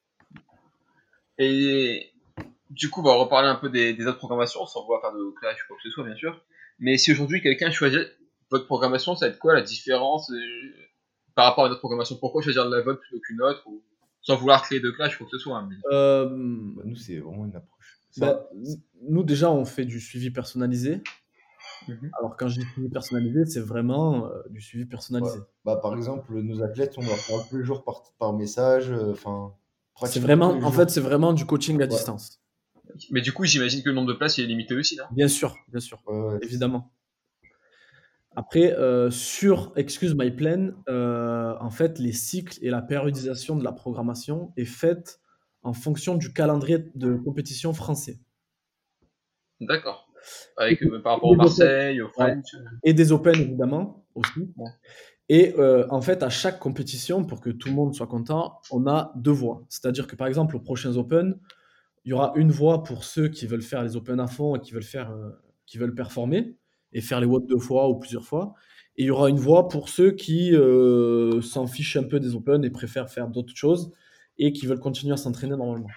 Et du coup, on va reparler un peu des autres programmations, sans vouloir faire de clash ou quoi que ce soit, bien sûr. Mais si aujourd'hui quelqu'un choisit votre programmation, ça va être quoi la différence par rapport à notre programmation? Pourquoi choisir la vôtre plutôt qu'une autre sans vouloir créer de clash ou quoi que ce soit, hein, mais... Bah, nous, c'est vraiment une approche. Nous, déjà, on fait du suivi personnalisé. Alors, quand je dis suivi personnalisé, c'est vraiment du suivi personnalisé. Ouais. Bah, par exemple, nos athlètes, on leur parle tous les jours par message, enfin, C'est pratiquement tous vraiment, les en jours. fait, c'est vraiment du coaching à Ouais. distance. Mais du coup, j'imagine que le nombre de places il est limité aussi, non? Bien sûr, Ouais, évidemment. Après, sur Excuse My Plan, en fait, les cycles et la périodisation de la programmation est faite en fonction du calendrier de compétition français. D'accord. Et Avec, par rapport au des Open. Marseille, au Ouais. French. Et des Open, évidemment, aussi. Ouais. Et en fait, à chaque compétition, pour que tout le monde soit content, on a 2 voies. C'est-à-dire que, par exemple, aux prochains Open, il y aura une voie pour ceux qui veulent faire les Open à fond et qui veulent performer et faire les WOD 2 fois ou plusieurs fois. Et il y aura une voie pour ceux qui s'en fichent un peu des Open et préfèrent faire d'autres choses et qui veulent continuer à s'entraîner normalement.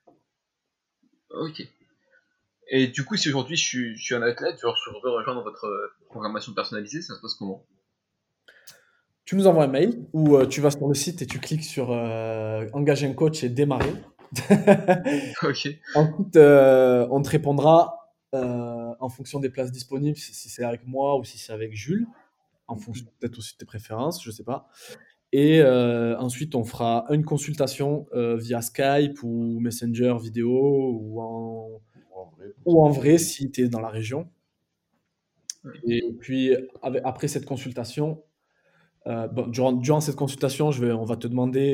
Ok. Et du coup, si aujourd'hui je suis un athlète, je veux rejoindre votre programmation personnalisée, ça se passe comment? Tu nous envoies un mail ou tu vas sur le site et tu cliques sur engager un coach et démarrer. Ok. Ensuite, on te répondra en fonction des places disponibles, si c'est avec moi ou si c'est avec Jules, en fonction peut-être aussi de tes préférences, je sais pas. Et ensuite, on fera une consultation via Skype ou Messenger vidéo ou en vrai si tu es dans la région. Et puis, après cette consultation, durant cette consultation, on va te demander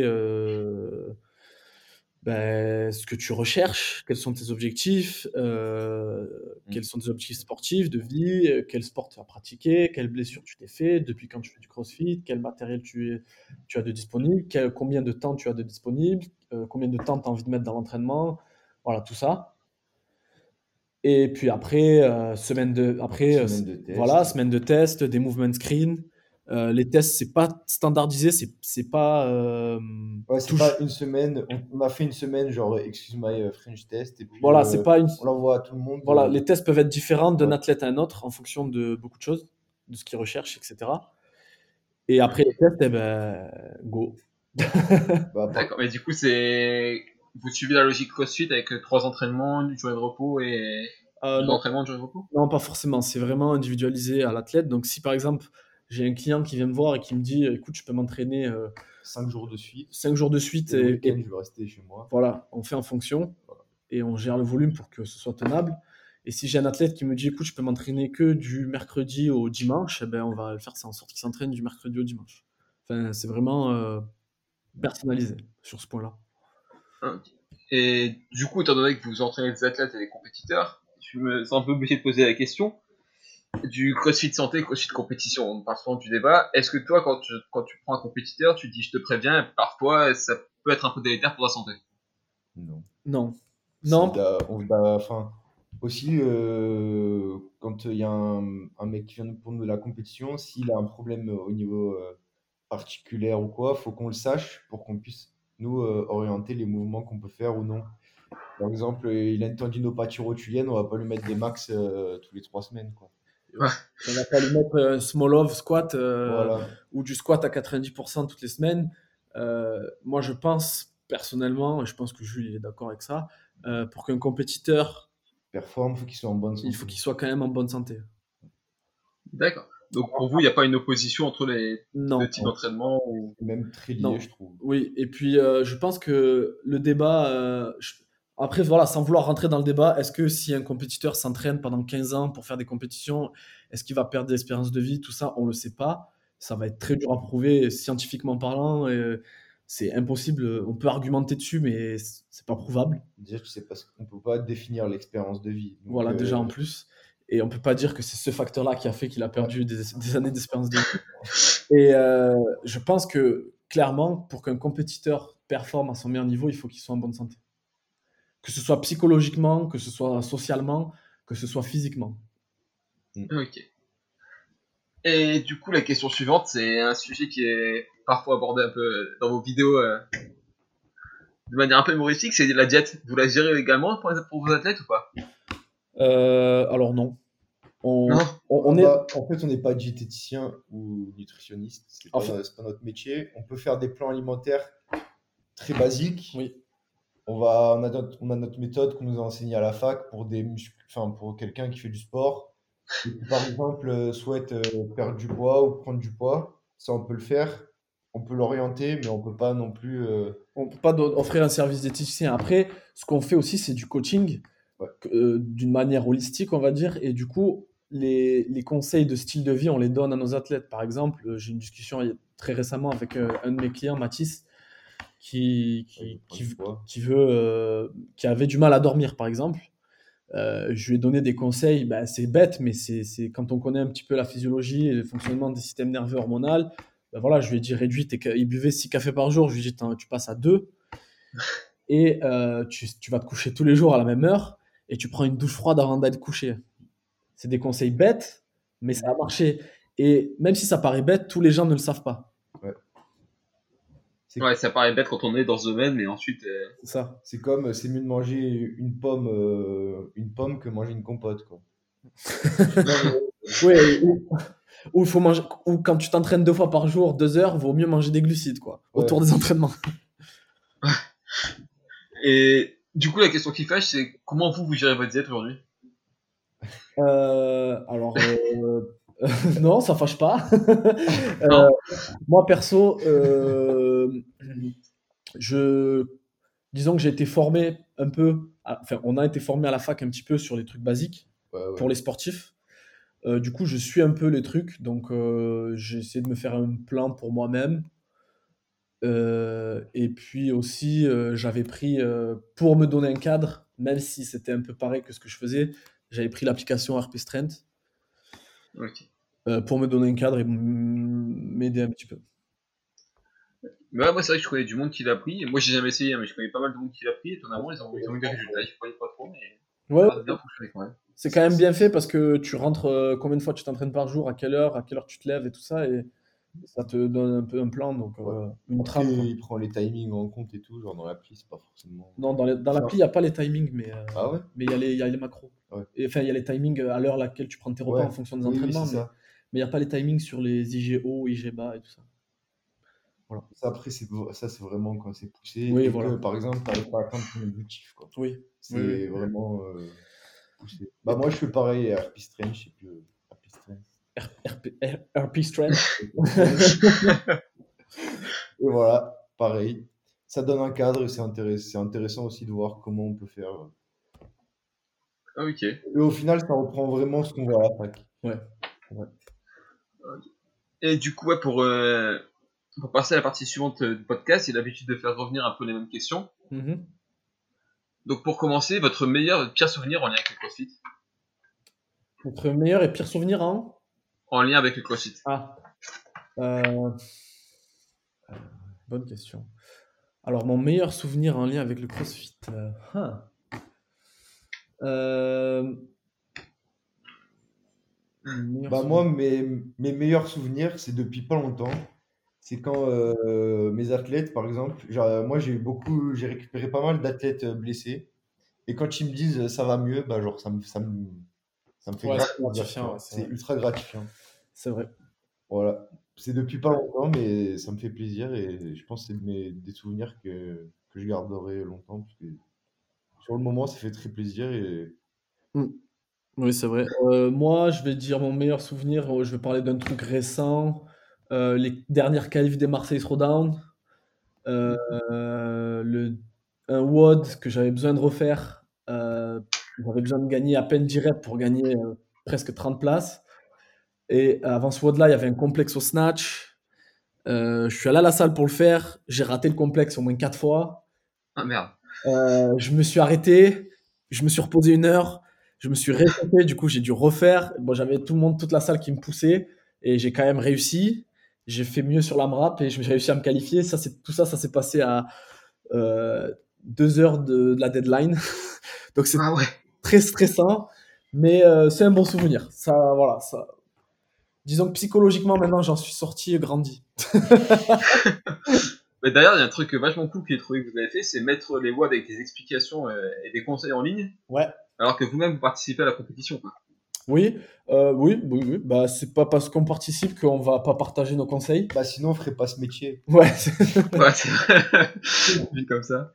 ce que tu recherches, quels sont tes objectifs, quels sont tes objectifs sportifs, de vie, quel sport tu as pratiqué, quelles blessures tu t'es fait, depuis quand tu fais du crossfit, quel matériel tu as de disponible, combien de temps tu as de disponible, combien de temps tu as envie de mettre dans l'entraînement, voilà, tout ça. Et puis après, Semaine de test. voilà, semaine de test, des movement screen. Les tests, c'est pas standardisé, c'est pas. Ouais, c'est pas une semaine. On a fait une semaine, genre, Excuse My French Test, et puis Voilà, c'est pas une. on l'envoie à tout le monde. Voilà, les tests peuvent être différents d'un Ouais. athlète à un autre en fonction de beaucoup de choses, de ce qu'ils recherchent, etc. Et après les tests, eh ben, go. D'accord, mais du coup, vous suivez la logique CrossFit avec 3 entraînements, une journée de repos et 2 Non, entraînements, une journée de repos? non, pas forcément. C'est vraiment individualisé à l'athlète. Donc, si par exemple, j'ai un client qui vient me voir et qui me dit écoute, je peux m'entraîner 5 jours de suite. 5 jours de suite Et le week-end, je vais rester chez moi. Voilà, on fait en fonction et on gère le volume pour que ce soit tenable. Et si j'ai un athlète qui me dit écoute, je peux m'entraîner que du mercredi au dimanche, eh ben, on va le faire en sorte qu'il s'entraîne du mercredi au dimanche. Enfin, c'est vraiment personnalisé sur ce point-là. Ok. Et du coup, étant donné que vous entraînez des athlètes et des compétiteurs, je me sens un peu obligé de poser la question du CrossFit santé, CrossFit compétition. On parle souvent du débat. Est-ce que toi, quand tu prends un compétiteur, tu dis je te préviens, parfois ça peut être un peu délétère pour la santé. Non. Enfin, aussi, quand il y a un mec qui vient pour nous de la compétition, s'il a un problème au niveau articulaire ou quoi, faut qu'on le sache pour qu'on puisse nous orienter les mouvements qu'on peut faire ou non. Par exemple, il a une tendinopathie rotulienne, on va pas lui mettre des max tous les 3 semaines, quoi. Ouais. On va pas lui mettre un small love squat Voilà. ou du squat à 90% toutes les semaines. Moi, je pense personnellement, et je pense que Jules il est d'accord avec ça, pour qu'un compétiteur Performe, faut qu'il soit en bonne santé. il faut qu'il soit quand même en bonne santé. D'accord. Donc pour vous, il n'y a pas une opposition entre les Non. deux types d'entraînement ou... C'est même très lié, Non. je trouve. Oui, et puis je pense que le débat. Après, voilà, sans vouloir rentrer dans le débat, est-ce que si un compétiteur s'entraîne pendant 15 ans pour faire des compétitions, est-ce qu'il va perdre de l'espérance de vie? Tout ça, on ne le sait pas. Ça va être très dur à prouver scientifiquement parlant. C'est impossible. On peut argumenter dessus, mais c'est pas prouvable. Déjà, tu sais pas qu'on peut pas définir l'expérience de vie. Donc, Voilà, déjà en plus. Et on peut pas dire que c'est ce facteur-là qui a fait qu'il a perdu des années d'espérance de vie. Et je pense que clairement, pour qu'un compétiteur performe à son meilleur niveau, il faut qu'il soit en bonne santé. Que ce soit psychologiquement, que ce soit socialement, que ce soit physiquement. Ok. Et du coup, la question suivante, c'est un sujet qui est parfois abordé un peu dans vos vidéos de manière un peu humoristique, c'est la diète. Vous la gérez également pour vos athlètes ou pas? Alors non. Non. On est... En fait, on n'est pas diététicien ou nutritionniste. C'est pas notre métier. On peut faire des plans alimentaires très basiques. Oui. On a notre méthode qu'on nous a enseignée à la fac pour pour quelqu'un qui fait du sport. Et qui, par exemple, souhaite perdre du poids ou prendre du poids. Ça, on peut le faire. On peut l'orienter, mais on peut pas non plus. On peut pas offrir un service diététicien. Après, ce qu'on fait aussi, c'est du coaching d'une manière holistique, on va dire. Et du coup, les conseils de style de vie, on les donne à nos athlètes. Par exemple, j'ai une discussion très récemment avec un de mes clients, Mathis, qui avait du mal à dormir, par exemple. Je lui ai donné des conseils, c'est bête, mais c'est quand on connaît un petit peu la physiologie et le fonctionnement des systèmes nerveux hormonaux, voilà, je lui ai dit réduis il buvait 6 cafés par jour, je lui ai dit tu passes à 2 et tu vas te coucher tous les jours à la même heure et tu prends une douche froide avant d'aller te coucher. C'est des conseils bêtes, mais ça a marché. Et même si ça paraît bête, tous les gens ne le savent pas. Ouais, ça paraît bête quand on est dans ce domaine, mais ensuite. C'est ça. C'est mieux de manger une pomme que manger une compote, quoi. Ouais, ou il faut manger, ou quand tu t'entraînes 2 fois par jour, 2 heures, vaut mieux manger des glucides, quoi, autour des entraînements. Et du coup, la question qui fâche, c'est comment vous gérez votre diète aujourd'hui? Alors, non, ça fâche pas. Non. Moi, perso, disons que j'ai été formé un peu, enfin, on a été formé à la fac un petit peu sur les trucs basiques pour les sportifs. Du coup, je suis un peu les trucs, donc j'ai essayé de me faire un plan pour moi-même. Et puis aussi, j'avais pris, pour me donner un cadre, même si c'était un peu pareil que ce que je faisais, j'avais pris l'application RP Strength pour me donner un cadre et m'aider un petit peu. Bah, moi, c'est vrai que je connais du monde qui l'a pris. Moi, j'ai jamais essayé, mais je connais pas mal de monde qui l'a pris. Étonnamment, ils ont eu des résultats. Je croyais pas trop, mais Ouais, ça a bien fonctionné quand même. c'est quand même bien fait parce que tu rentres combien de fois tu t'entraînes par jour, à quelle heure tu te lèves et tout ça, et ça te donne un peu un plan, donc une trame. Il prend les timings en compte et tout, genre dans l'appli, c'est pas forcément. Non, dans l'appli, il n'y a pas les timings, mais Ah ouais? mais il y a les macros. Ouais. Enfin, il y a les timings à l'heure à laquelle tu prends tes repas en fonction des entraînements, oui, mais il n'y a pas les timings sur les IGO, IGBA et tout ça. Voilà. Ça, après, c'est vraiment quand c'est poussé. Oui, et voilà. que, par exemple, tu n'arrives pas à atteindre ton objectif, quoi. Oui. C'est vraiment poussé. Bah, moi, je fais pareil à RP Strength, je sais plus. RP Strength. RP Strength. Et voilà, pareil. Ça donne un cadre et c'est intéressant aussi de voir comment on peut faire. Ok. Et au final, ça reprend vraiment ce qu'on voit à la fac. Ouais. Et du coup, pour passer à la partie suivante du podcast, j'ai l'habitude de faire revenir un peu les mêmes questions. Mm-hmm. Donc, pour commencer, votre meilleur et pire souvenir en lien avec le CrossFit? Votre meilleur et pire souvenir en lien avec le CrossFit? Bonne question. Alors, mon meilleur souvenir en lien avec le CrossFit. Euh, Moi, mes meilleurs souvenirs, c'est depuis pas longtemps. C'est quand mes athlètes, par exemple, moi j'ai récupéré pas mal d'athlètes blessés. Et quand ils me disent ça va mieux, bah, genre, ça me fait Ouais, grave c'est plaisir, gratifiant, tu vois. ouais, c'est C'est vrai. ultra gratifiant. C'est vrai. Voilà. C'est depuis pas longtemps, mais ça me fait plaisir et je pense que c'est des souvenirs que je garderai longtemps parce que sur le moment, ça fait très plaisir et Mm. Oui, c'est vrai. Moi, je vais dire mon meilleur souvenir. Je vais parler d'un truc récent. Les dernières qualifs des Marseille Throwdown. Euh, le, un WOD que j'avais besoin de refaire. J'avais besoin de gagner à peine 10 reps pour gagner presque 30 places. Et avant ce WOD-là, il y avait un complexe au snatch. Je suis allé à la salle pour le faire. J'ai raté le complexe au moins 4 fois. Ah merde. Je me suis arrêté. Je me suis reposé 1 heure. Je me suis réchauffé. Du coup, j'ai dû refaire. Bon, j'avais tout le monde, toute la salle qui me poussait. Et j'ai quand même réussi. J'ai fait mieux sur l'AMRAP et j'ai réussi à me qualifier. Tout ça, ça s'est passé à 2 heures de la deadline. Donc, c'est Ah ouais. très stressant. Mais c'est un bon souvenir. Ça, voilà, ça. Disons que psychologiquement, maintenant, j'en suis sorti et grandi. Mais d'ailleurs, il y a un truc vachement cool que j'ai trouvé que vous avez fait, c'est mettre les WOD avec des explications et des conseils en ligne, Ouais. alors que vous-même vous participez à la compétition, quoi. Oui, oui. Bah, c'est pas parce qu'on participe qu'on va pas partager nos conseils. bah, sinon on ferait pas ce métier. Ouais. Ouais, c'est vrai. Vu comme ça.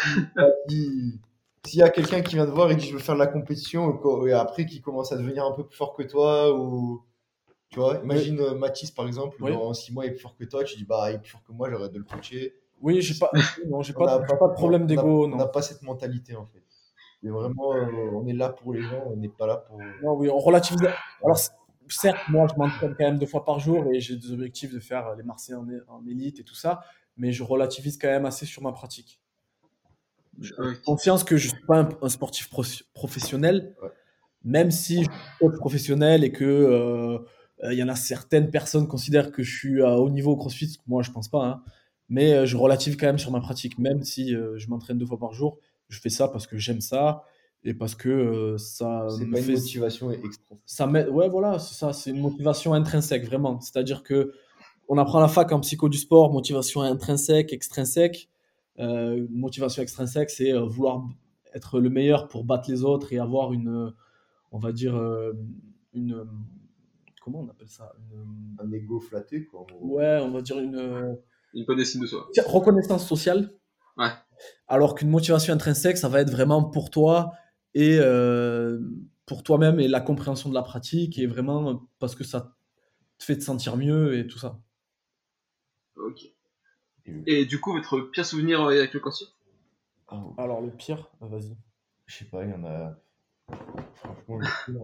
S'il y a quelqu'un qui vient te voir et dit je veux faire de la compétition et après qui commence à devenir un peu plus fort que toi ou tu vois, imagine Mathis par exemple, Oui. dans 6 mois il est plus fort que toi, tu dis bah il est plus fort que moi, j'arrête de le coacher. Oui, j'ai pas de On problème d'ego, n'a non. pas cette mentalité en fait. Et vraiment, on est là pour les gens, on n'est pas là pour. Non, oui, on relativise. Alors, certes, moi, je m'entraîne quand même 2 fois par jour et j'ai des objectifs de faire les Marseillais en élite et tout ça, mais je relativise quand même assez sur ma pratique. J'ai conscience que je suis pas un sportif professionnel, Ouais. même si je suis coach professionnel et que il y en a certaines personnes qui considèrent que je suis à haut niveau au CrossFit, moi je pense pas, hein. Mais je relative quand même sur ma pratique, même si je m'entraîne 2 fois par jour, je fais ça parce que j'aime ça et parce que ça C'est me pas fait une motivation extra. ça m'aide. Ouais, voilà, c'est ça, c'est une motivation intrinsèque vraiment. C'est-à-dire que on apprend à la fac en psycho du sport, motivation intrinsèque, extrinsèque. Motivation extrinsèque, c'est vouloir être le meilleur pour battre les autres et avoir on va dire, une, comment on appelle ça? Un ego flatté quoi. Ouais, on va dire Une bonne estime de soi. reconnaissance sociale. Ouais. Alors qu'une motivation intrinsèque, ça va être vraiment pour toi et pour toi-même et la compréhension de la pratique et vraiment parce que ça te fait te sentir mieux et tout ça. Ok. Et du coup, votre pire souvenir avec le CrossFit? Alors le pire, vas-y. Je sais pas, il y en a. Franchement, le pire.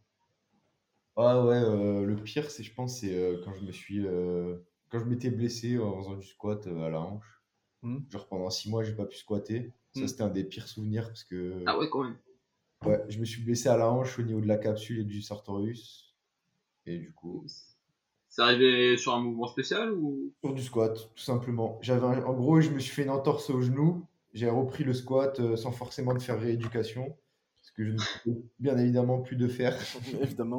Ah ouais, le pire, je pense, c'est quand je m'étais blessé en faisant du squat à la hanche. Genre pendant 6 mois, j'ai pas pu squatter. Ça, c'était un des pires souvenirs parce que. Ah ouais, quand même. Ouais, je me suis blessé à la hanche au niveau de la capsule et du sartorius. Et du coup. C'est arrivé sur un mouvement spécial ou? Sur du squat, tout simplement. En gros, je me suis fait une entorse au genou. J'ai repris le squat sans forcément de faire rééducation. Parce que je ne pouvais bien évidemment plus de faire. Évidemment.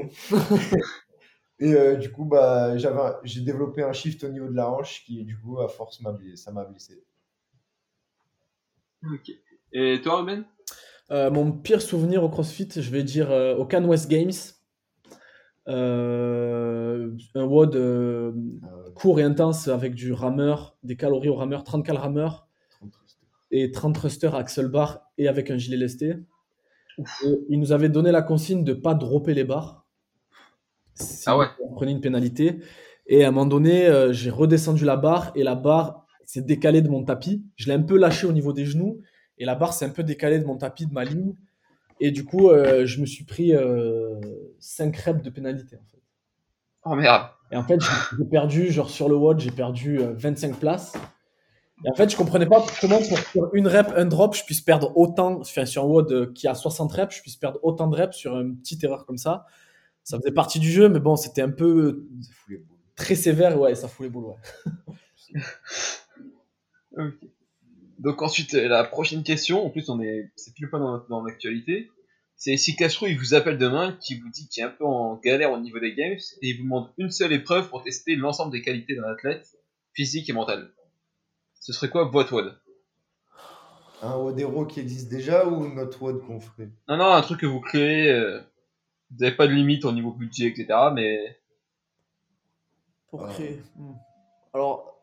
Et du coup, j'ai développé un shift au niveau de la hanche qui, du coup, à force, ça m'a blessé. Ok. Et toi, Ruben? Mon pire souvenir au CrossFit, je vais dire au Cannes West Games. Un WOD court et intense avec du rameur, des calories au rameur, 30 cal rameur et 30 thrusters axle bar et avec un gilet lesté. Et il nous avait donné la consigne de ne pas dropper les barres. Ah ouais. On prenait une pénalité. Et à un moment donné, j'ai redescendu la barre et la barre s'est décalée de mon tapis. Je l'ai un peu lâché au niveau des genoux et la barre s'est un peu décalée de mon tapis, de ma ligne. Et du coup, je me suis pris 5 reps de pénalité en fait. Oh merde. Et en fait, j'ai perdu, genre sur le WOD, j'ai perdu 25 places. Et en fait, je comprenais pas comment pour faire une rep, un drop, je puisse perdre autant, enfin sur un WOD qui a 60 reps, je puisse perdre autant de reps sur une petite erreur comme ça. Ça faisait partie du jeu, mais bon, c'était un peu très sévère, ouais, ça fout les boules, ouais. Ok. Donc ensuite, la prochaine question, en plus c'est pile poil dans l'actualité, c'est si Castro il vous appelle demain, qui vous dit qu'il est un peu en galère au niveau des games, et il vous demande une seule épreuve pour tester l'ensemble des qualités d'un athlète, physique et mental. Ce serait quoi votre WOD? Un WOD Hero qui existe déjà ou notre WOD qu'on ferait? Non, un truc que vous créez, vous n'avez pas de limite au niveau budget, etc. Mais... Pour créer. Alors,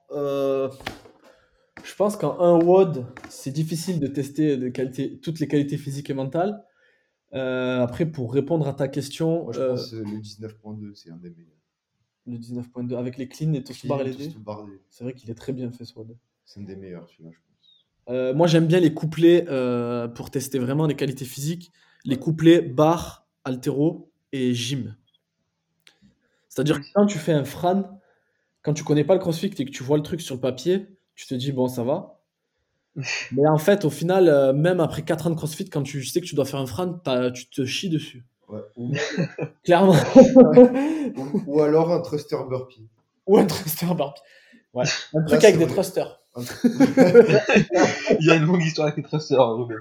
je pense qu'en un WOD, c'est difficile de tester toutes les qualités physiques et mentales. Après, pour répondre à ta question, Moi, je pense le 19.2, c'est un des meilleurs. Le 19.2 avec les cleans et toastbar et les dés. C'est vrai qu'il est très bien fait ce WOD. C'est un des meilleurs, celui-là, je pense. Moi, j'aime bien les couplets pour tester vraiment les qualités physiques. Les couplets barre, haltéro et gym. C'est-à-dire que quand tu fais un Fran, quand tu connais pas le CrossFit et que tu vois le truc sur le papier, tu te dis bon, ça va. Mais en fait, au final, même après 4 ans de CrossFit, quand tu sais que tu dois faire un Fran, tu te chies dessus. Ouais. Clairement. ou alors un thruster burpee. Ou un thruster burpee. Ouais. Un truc avec des thrusters. Il y a une longue histoire avec les thrusters, Ruben.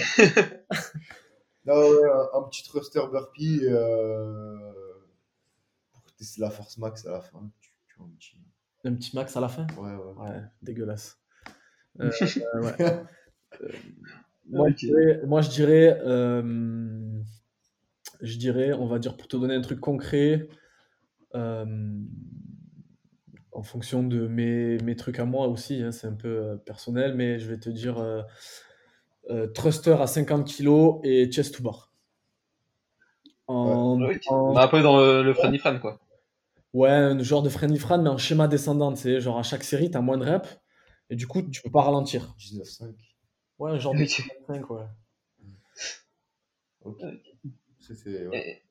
Non, ouais, un petit thruster burpee pour tester la force max à la fin. Tu vois, un petit max à la fin? Ouais, dégueulasse. Ouais. Moi, je dirais, on va dire, pour te donner un truc concret, en fonction de mes trucs à moi aussi, hein, c'est un peu personnel, mais je vais te dire thruster à 50 kg et chest to bar. Un peu dans le friendly Fran, quoi. Ouais, un genre de friendly Fran, mais en schéma descendant, tu sais, genre à chaque série, t'as moins de reps, et du coup, tu peux pas ralentir. 19.5. Ouais, un genre de 19.5, ouais. Ok. Ouais.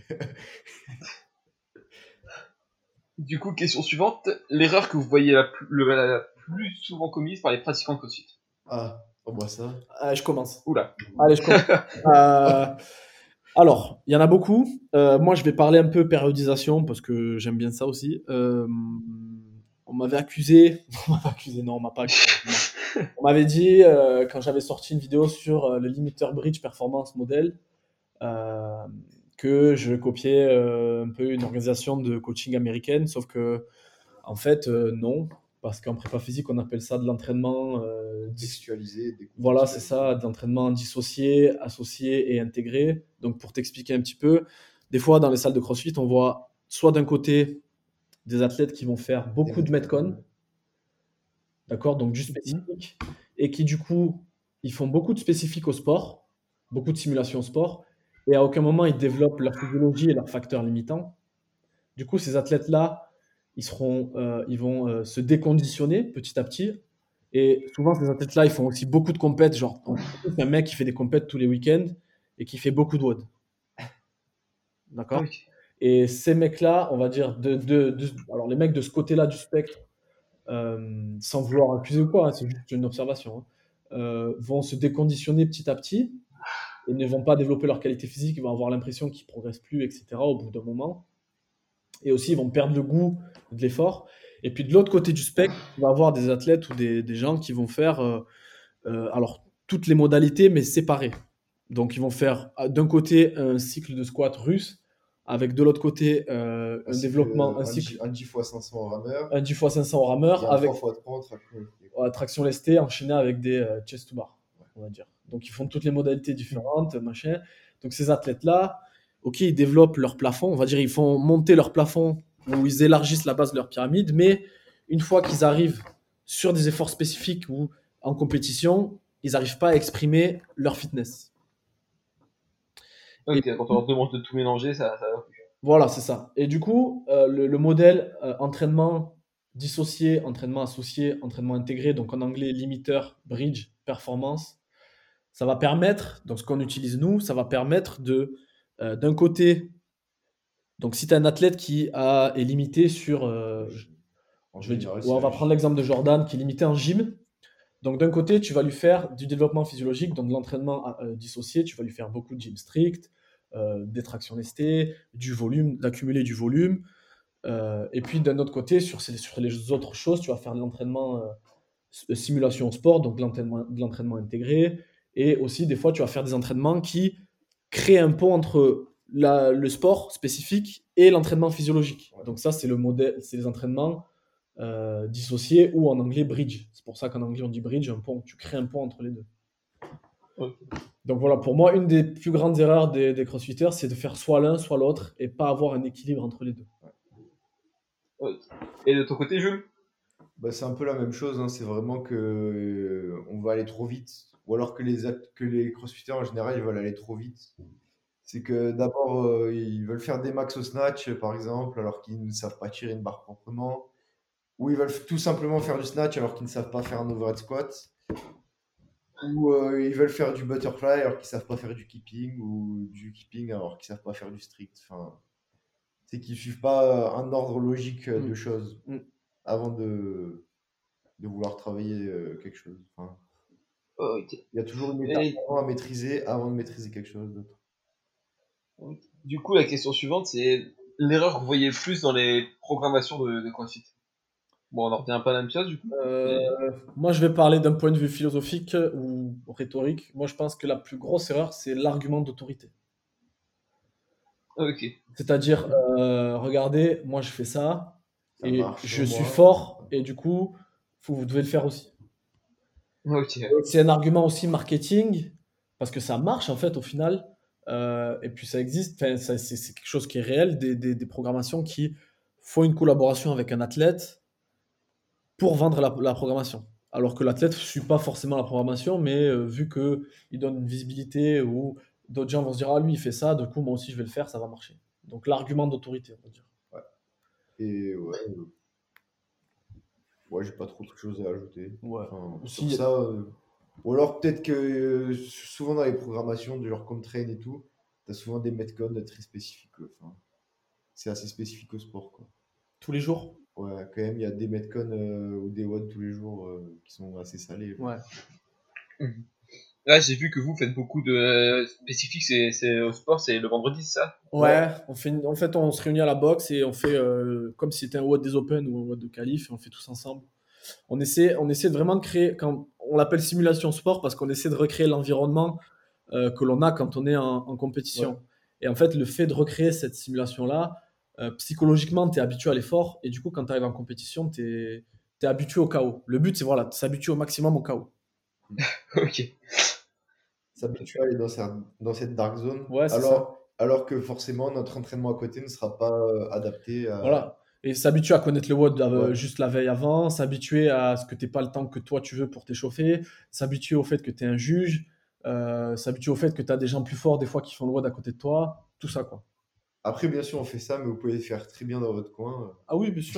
Du coup, question suivante. L'erreur que vous voyez la plus souvent commise par les pratiquants de CrossFit. Ah, on voit ça. Je commence. Oula. Allez, je commence. Alors, il y en a beaucoup. Moi, je vais parler un peu périodisation parce que j'aime bien ça aussi. On m'avait accusé. Non, on m'a pas accusé. On m'avait dit, quand j'avais sorti une vidéo sur le limiteur bridge performance model, que je copiais un peu une organisation de coaching américaine, sauf que, en fait, non. Parce qu'en prépa physique, on appelle ça de l'entraînement décontextualisé. Voilà, c'est ça, de l'entraînement dissocié, associé et intégré. Donc, pour t'expliquer un petit peu, des fois, dans les salles de CrossFit, on voit soit d'un côté des athlètes qui vont faire beaucoup de Metcon, d'accord, donc du spécifique, et qui, du coup, ils font beaucoup de spécifique au sport, beaucoup de simulation au sport, et à aucun moment, ils développent leur physiologie et leurs facteurs limitants. Du coup, ces athlètes-là, ils vont se déconditionner petit à petit. Et souvent, ces athlètes-là, ils font aussi beaucoup de compètes. Genre, c'est un mec qui fait des compètes tous les week-ends et qui fait beaucoup de WOD. D'accord? Oui. Et ces mecs-là, on va dire, alors les mecs de ce côté-là du spectre, sans vouloir accuser ou quoi, hein, c'est juste une observation, vont se déconditionner petit à petit et ne vont pas développer leur qualité physique, ils vont avoir l'impression qu'ils ne progressent plus, etc. au bout d'un moment. Et aussi, ils vont perdre le goût de l'effort. Et puis, de l'autre côté du spectre, on va avoir des athlètes ou des gens qui vont faire alors toutes les modalités, mais séparées. Donc, ils vont faire d'un côté un cycle de squat russe, avec de l'autre côté un développement, un 10 x 500 au rameur. Un 10 x 500 au rameur, avec 3 x 3 traction lestée enchaînée avec des chest to bar, on va dire. Donc, ils font toutes les modalités différentes, machin. Donc, ces athlètes-là, ok, ils développent leur plafond, on va dire, ils font monter leur plafond où ils élargissent la base de leur pyramide, mais une fois qu'ils arrivent sur des efforts spécifiques ou en compétition, ils n'arrivent pas à exprimer leur fitness. Ok, quand on leur demande de tout mélanger, ça va plus. Voilà, c'est ça. Et du coup, le modèle entraînement dissocié, entraînement associé, entraînement intégré, donc en anglais limiteur, bridge, performance, ça va permettre, donc ce qu'on utilise nous, ça va permettre d'un côté, donc si tu as un athlète qui est limité sur, on va prendre l'exemple de Jordan qui est limité en gym. Donc d'un côté, tu vas lui faire du développement physiologique, donc de l'entraînement dissocié, tu vas lui faire beaucoup de gym strict, des tractions lestées, du volume, d'accumuler du volume. Et puis d'un autre côté, sur les autres choses, tu vas faire de l'entraînement simulation sport, donc de l'entraînement intégré. Et aussi, des fois, tu vas faire des entraînements qui créent un pont entre le sport spécifique et l'entraînement physiologique. Donc ça, c'est le modèle, c'est les entraînements dissociés ou en anglais bridge. C'est pour ça qu'en anglais on dit bridge, un pont. Tu crées un pont entre les deux. Ok. Donc voilà, pour moi, une des plus grandes erreurs des crossfitters, c'est de faire soit l'un, soit l'autre et pas avoir un équilibre entre les deux. Ok. Et de ton côté, Jules? Bah, c'est un peu la même chose, hein. C'est vraiment que on va aller trop vite. Ou alors que les crossfitters en général, ils veulent aller trop vite. C'est que d'abord, ils veulent faire des max au snatch, par exemple, alors qu'ils ne savent pas tirer une barre proprement. Ou ils veulent tout simplement faire du snatch alors qu'ils ne savent pas faire un overhead squat. Ou ils veulent faire du butterfly alors qu'ils savent pas faire du keeping. Ou du keeping alors qu'ils savent pas faire du strict. Enfin, c'est qu'ils suivent pas un ordre logique de choses avant de vouloir travailler quelque chose. Enfin, Ok. il y a toujours une étape à maîtriser avant de maîtriser quelque chose d'autre. Du coup, la question suivante, c'est l'erreur que vous voyez le plus dans les programmations de CrossFit. Bon, on en revient pas à la même chose, du coup. Moi, je vais parler d'un point de vue philosophique ou rhétorique. Moi, je pense que la plus grosse erreur, c'est l'argument d'autorité. Ok. C'est-à-dire, regardez, moi, je fais ça, Ça et marche je sur suis moi. fort, et du coup, vous devez le faire aussi. Ok. C'est un argument aussi marketing, parce que ça marche, en fait, au final. Et puis, ça existe. Enfin, c'est quelque chose qui est réel, des programmations qui font une collaboration avec un athlète pour vendre la programmation. Alors que l'athlète ne suit pas forcément la programmation, mais vu qu'il donne une visibilité ou d'autres gens vont se dire ah lui il fait ça, du coup moi aussi je vais le faire, ça va marcher. Donc l'argument d'autorité, on va dire. Ouais. Et ouais, j'ai pas trop de choses à ajouter. Ouais. Enfin, Aussi, sur ça, ou alors peut-être que souvent dans les programmations du genre comme Train et tout, t'as souvent des metcodes très spécifiques. Enfin, c'est assez spécifique au sport, quoi. tous les jours. Ouais, quand même, il y a des metcons ou des WOD tous les jours qui sont assez salés. Ouais. Là, j'ai vu que vous faites beaucoup de spécifiques, c'est au sport, c'est le vendredi, c'est ça? Ouais, en fait, on se réunit à la boxe et on fait comme si c'était un WOD des Open ou un WOD de qualif et on fait tous ensemble. On essaie de vraiment de créer, quand on l'appelle simulation sport parce qu'on essaie de recréer l'environnement que l'on a quand on est en compétition. Ouais. Et en fait, le fait de recréer cette simulation-là, psychologiquement, tu es habitué à l'effort et du coup, quand tu arrives en compétition, tu es habitué au chaos. Le but, c'est voilà, de s'habituer au maximum au chaos. Ok. S'habituer à aller dans cette dark zone. Ouais, c'est ça. Alors que forcément, notre entraînement à côté ne sera pas adapté à. Voilà. Et s'habituer à connaître le WOD Ouais. juste la veille avant, s'habituer à ce que tu n'aies pas le temps que toi tu veux pour t'échauffer, s'habituer au fait que tu es un juge, s'habituer au fait que tu as des gens plus forts des fois qui font le WOD à côté de toi, tout ça quoi. Après, bien sûr, on fait ça, mais vous pouvez le faire très bien dans votre coin. Ah oui, bien sûr.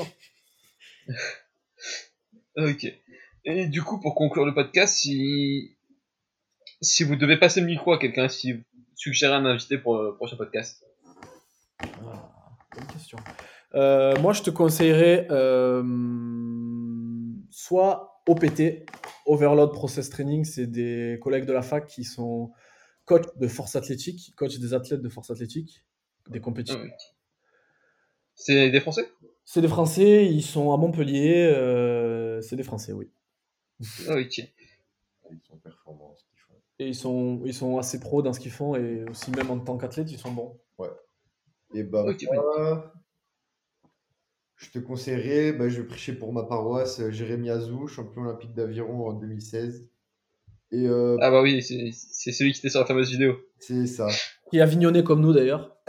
Ok. Et du coup, pour conclure le podcast, si vous devez passer le micro à quelqu'un, si vous suggérez un invité pour le prochain podcast. Bonne question. Moi, je te conseillerais soit OPT, Overload Process Training, c'est des collègues de la fac qui sont coachs de force athlétique, coachs des athlètes de force athlétique, des compétitions. Ok. C'est des Français? C'est des Français, ils sont à Montpellier, c'est des Français, oui. Ok. Ils sont performants, ce qu'ils font. Et ils sont assez pros dans ce qu'ils font et aussi même en tant qu'athlètes, ils sont bons. Ouais. Et bah, Ok, moi, je te conseillerais, je vais prêcher pour ma paroisse, Jérémy Azou, champion olympique d'aviron en 2016. Et Ah bah oui, c'est celui qui était sur la fameuse vidéo. c'est ça. Qui est avignonné comme nous d'ailleurs.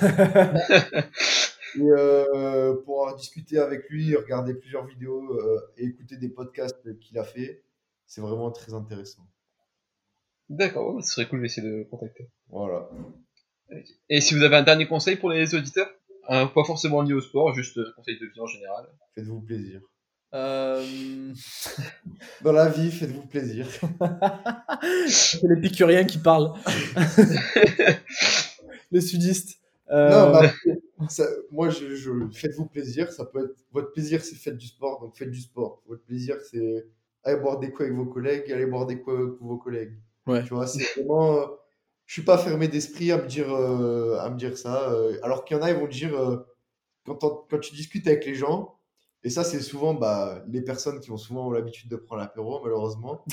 Et pour en discuter avec lui, regarder plusieurs vidéos et écouter des podcasts qu'il a fait, c'est vraiment très intéressant. D'accord, ouais, ce serait cool d'essayer de le contacter. Voilà. Et si vous avez un dernier conseil pour les auditeurs, pas forcément lié au sport, juste conseil de vie en général. Faites-vous plaisir. Euh... Dans la vie, faites-vous plaisir. C'est l'épicurien qui parle. Les sudistes. Non, mais après, moi, faites-vous plaisir. Ça peut être votre plaisir, c'est faites du sport, donc faites du sport. Votre plaisir, c'est aller boire des coups avec vos collègues, aller boire des coups avec vos collègues. Ouais. Tu vois, c'est vraiment. Je suis pas fermé d'esprit à me dire ça. Alors qu'il y en a, ils vont dire quand tu discutes avec les gens, Et ça, c'est souvent les personnes qui ont souvent l'habitude de prendre l'apéro, malheureusement.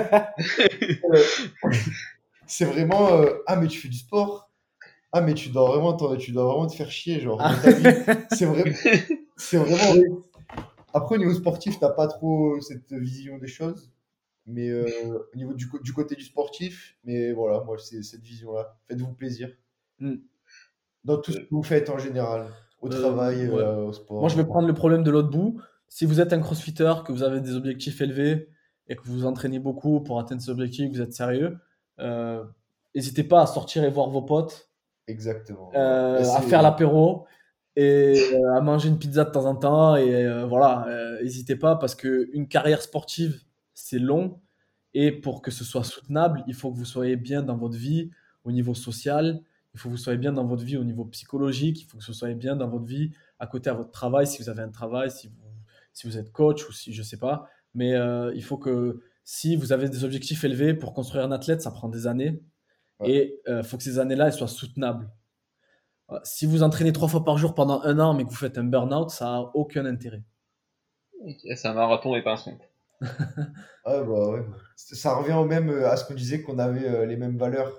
C'est vraiment ah, mais tu fais du sport? Ah, mais tu dois vraiment te faire chier, genre, dans ta vie. C'est vraiment. Après, au niveau sportif, t'as pas trop cette vision des choses. Mais au niveau du côté du sportif, mais voilà, moi, c'est cette vision-là. Faites-vous plaisir. Dans tout ce que vous faites en général, au travail, ouais. au sport. Moi, je vais prendre le problème de l'autre bout. Si vous êtes un crossfitter, que vous avez des objectifs élevés et que vous vous entraînez beaucoup pour atteindre ces objectifs, vous êtes sérieux, n'hésitez pas à sortir et voir vos potes, Exactement. à faire l'apéro et à manger une pizza de temps en temps. Et voilà, n'hésitez pas parce qu'une carrière sportive, c'est long. Et pour que ce soit soutenable, il faut que vous soyez bien dans votre vie au niveau social, il faut que vous soyez bien dans votre vie au niveau psychologique, il faut que vous soyez bien dans votre vie à côté à votre travail, si vous avez un travail, si vous êtes coach ou si je sais pas. Mais il faut que si vous avez des objectifs élevés pour construire un athlète, ça prend des années. Ouais. Et il faut que ces années-là elles soient soutenables. Si vous entraînez 3 fois par jour pendant 1 an, mais que vous faites un burn-out, ça n'a aucun intérêt. C'est un marathon et pas un sprint. Ah bah ouais. Ça revient au même à ce qu'on disait qu'on avait les mêmes valeurs.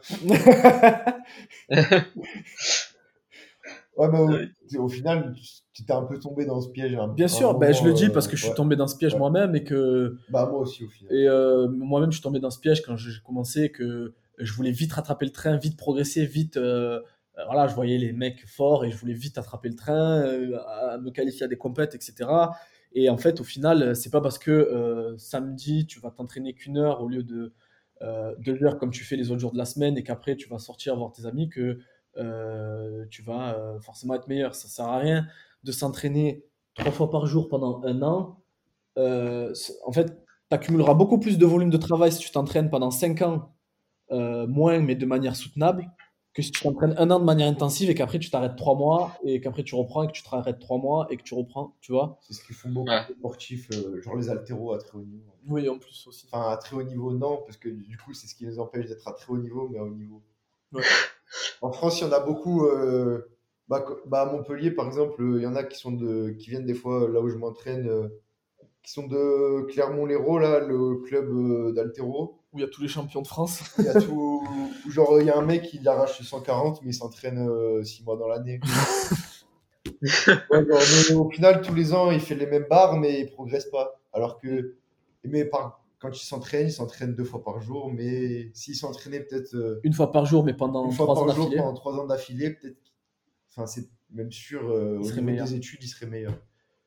Ouais, mais au final, tu t'es un peu tombé dans ce piège. Bien sûr, je le dis parce que je suis tombé dans ce piège moi-même et que. Bah moi aussi au final. Et moi-même, je suis tombé dans ce piège quand j'ai commencé, que je voulais vite rattraper le train, vite progresser, vite. Voilà, je voyais les mecs forts et je voulais vite attraper le train, à me qualifier à des compètes, etc. Et en fait, au final, c'est pas parce que samedi, tu vas t'entraîner qu'1 heure au lieu de 2 heures comme tu fais les autres jours de la semaine et qu'après tu vas sortir voir tes amis que tu vas forcément être meilleur. Ça sert à rien de s'entraîner 3 fois par jour pendant 1 an. En fait, tu accumuleras beaucoup plus de volume de travail si tu t'entraînes pendant 5 ans, moins, mais de manière soutenable, que si tu t'entraînes 1 an de manière intensive et qu'après tu t'arrêtes 3 mois et qu'après tu reprends et que tu te arrêtes 3 mois et que tu reprends, tu vois. C'est ce qu'ils font beaucoup de sportifs, genre les haltéros à très haut niveau. Oui, en plus aussi. Enfin, à très haut niveau, non, parce que du coup, c'est ce qui les empêche d'être à très haut niveau, mais à haut niveau. Ouais. En France, il y en a beaucoup. À Montpellier, par exemple, il y en a qui viennent des fois là où je m'entraîne, qui sont de Clermont-Lérault, là, le club d'haltéro. Où il y a tous les champions de France. Il y a tout. Genre, il y a un mec qui arrache 140, mais il s'entraîne 6 mois dans l'année. Ouais, mais au final, tous les ans, il fait les mêmes barres, mais il progresse pas. Alors que, quand il s'entraîne 2 fois par jour, mais s'il s'entraînait peut-être 1 fois par jour, mais pendant 3 ans d'affilée. Pendant 3 ans d'affilée, peut-être. Enfin, c'est même sûr, au niveau des études, il serait meilleur.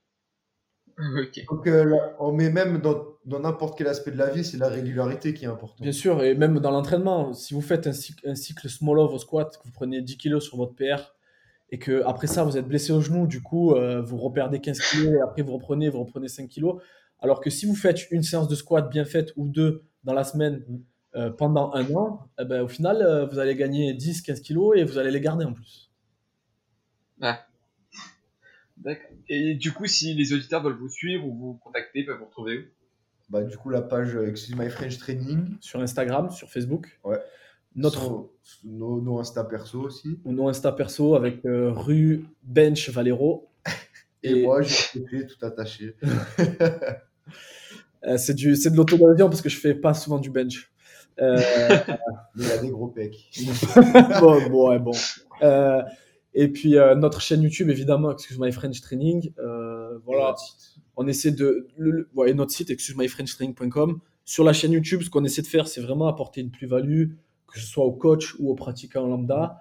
Ok. Donc, on met même dans n'importe quel aspect de la vie, c'est la régularité qui est importante. Bien sûr, et même dans l'entraînement, si vous faites un cycle Smolov au squat, que vous prenez 10 kilos sur votre PR, et que après ça, vous êtes blessé au genou, du coup, vous reperdez 15 kilos, et après vous reprenez 5 kilos. Alors que si vous faites une séance de squat bien faite ou 2 dans la semaine pendant 1 an, au final, vous allez gagner 10-15 kilos et vous allez les garder en plus. Ah. D'accord. Et du coup, si les auditeurs veulent vous suivre ou vous contacter, peuvent vous retrouver où? Du coup, la page Excuse My French Training. Sur Instagram, sur Facebook. Ouais. Notre nos Insta perso aussi. Nos Insta perso avec rue Bench Valero. Et moi, j'ai fait tout attaché. C'est de l'autodérision parce que je fais pas souvent du bench. Mais il y a des gros pecs. bon. Et puis notre chaîne YouTube, évidemment, Excuse My French Training. Voilà. On essaie et notre site, excusemyfrenchtraining.com. Sur la chaîne YouTube, ce qu'on essaie de faire, c'est vraiment apporter une plus-value, que ce soit au coach ou au pratiquant lambda.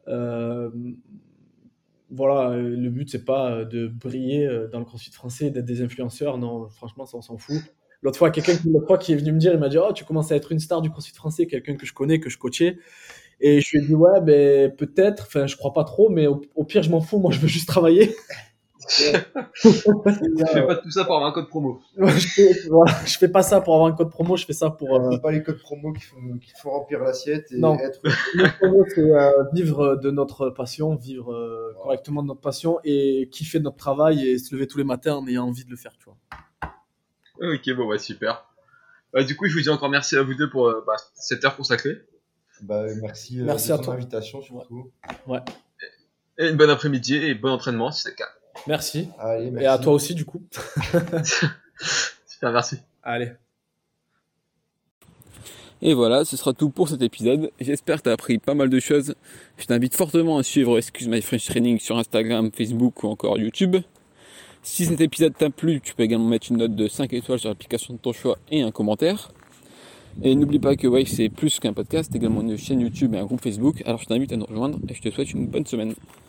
Voilà, le but, c'est pas de briller dans le CrossFit français, d'être des influenceurs. Non, franchement, ça, on s'en fout. L'autre fois, quelqu'un qui est venu me dire, il m'a dit « Oh, tu commences à être une star du CrossFit français », quelqu'un que je connais, que je coachais. Et je lui ai dit « Ouais, ben, peut-être, enfin, je crois pas trop, mais au pire, je m'en fous, moi, je veux juste travailler. » Je fais pas tout ça pour avoir un code promo. Je fais pas ça pour avoir un code promo, je fais ça pour. C'est pas les codes promo qui font remplir l'assiette et non. être. Le promo, c'est vivre de notre passion, vivre correctement de notre passion et kiffer notre travail et se lever tous les matins en ayant envie de le faire, tu vois. Ok, bon, super. Du coup, je vous dis encore merci à vous deux pour cette heure consacrée. Merci à ton toi. invitation surtout. Ouais. Et une bonne après-midi et bon entraînement si c'est le cas. Merci. Allez, merci. Et à toi aussi, du coup. Super, merci. Allez. Et voilà, ce sera tout pour cet épisode. J'espère que tu as appris pas mal de choses. Je t'invite fortement à suivre Excuse My French Training sur Instagram, Facebook ou encore YouTube. Si cet épisode t'a plu, tu peux également mettre une note de 5 étoiles sur l'application de ton choix et un commentaire. Et n'oublie pas que Wave c'est plus qu'un podcast, également une chaîne YouTube et un groupe Facebook. Alors je t'invite à nous rejoindre et je te souhaite une bonne semaine.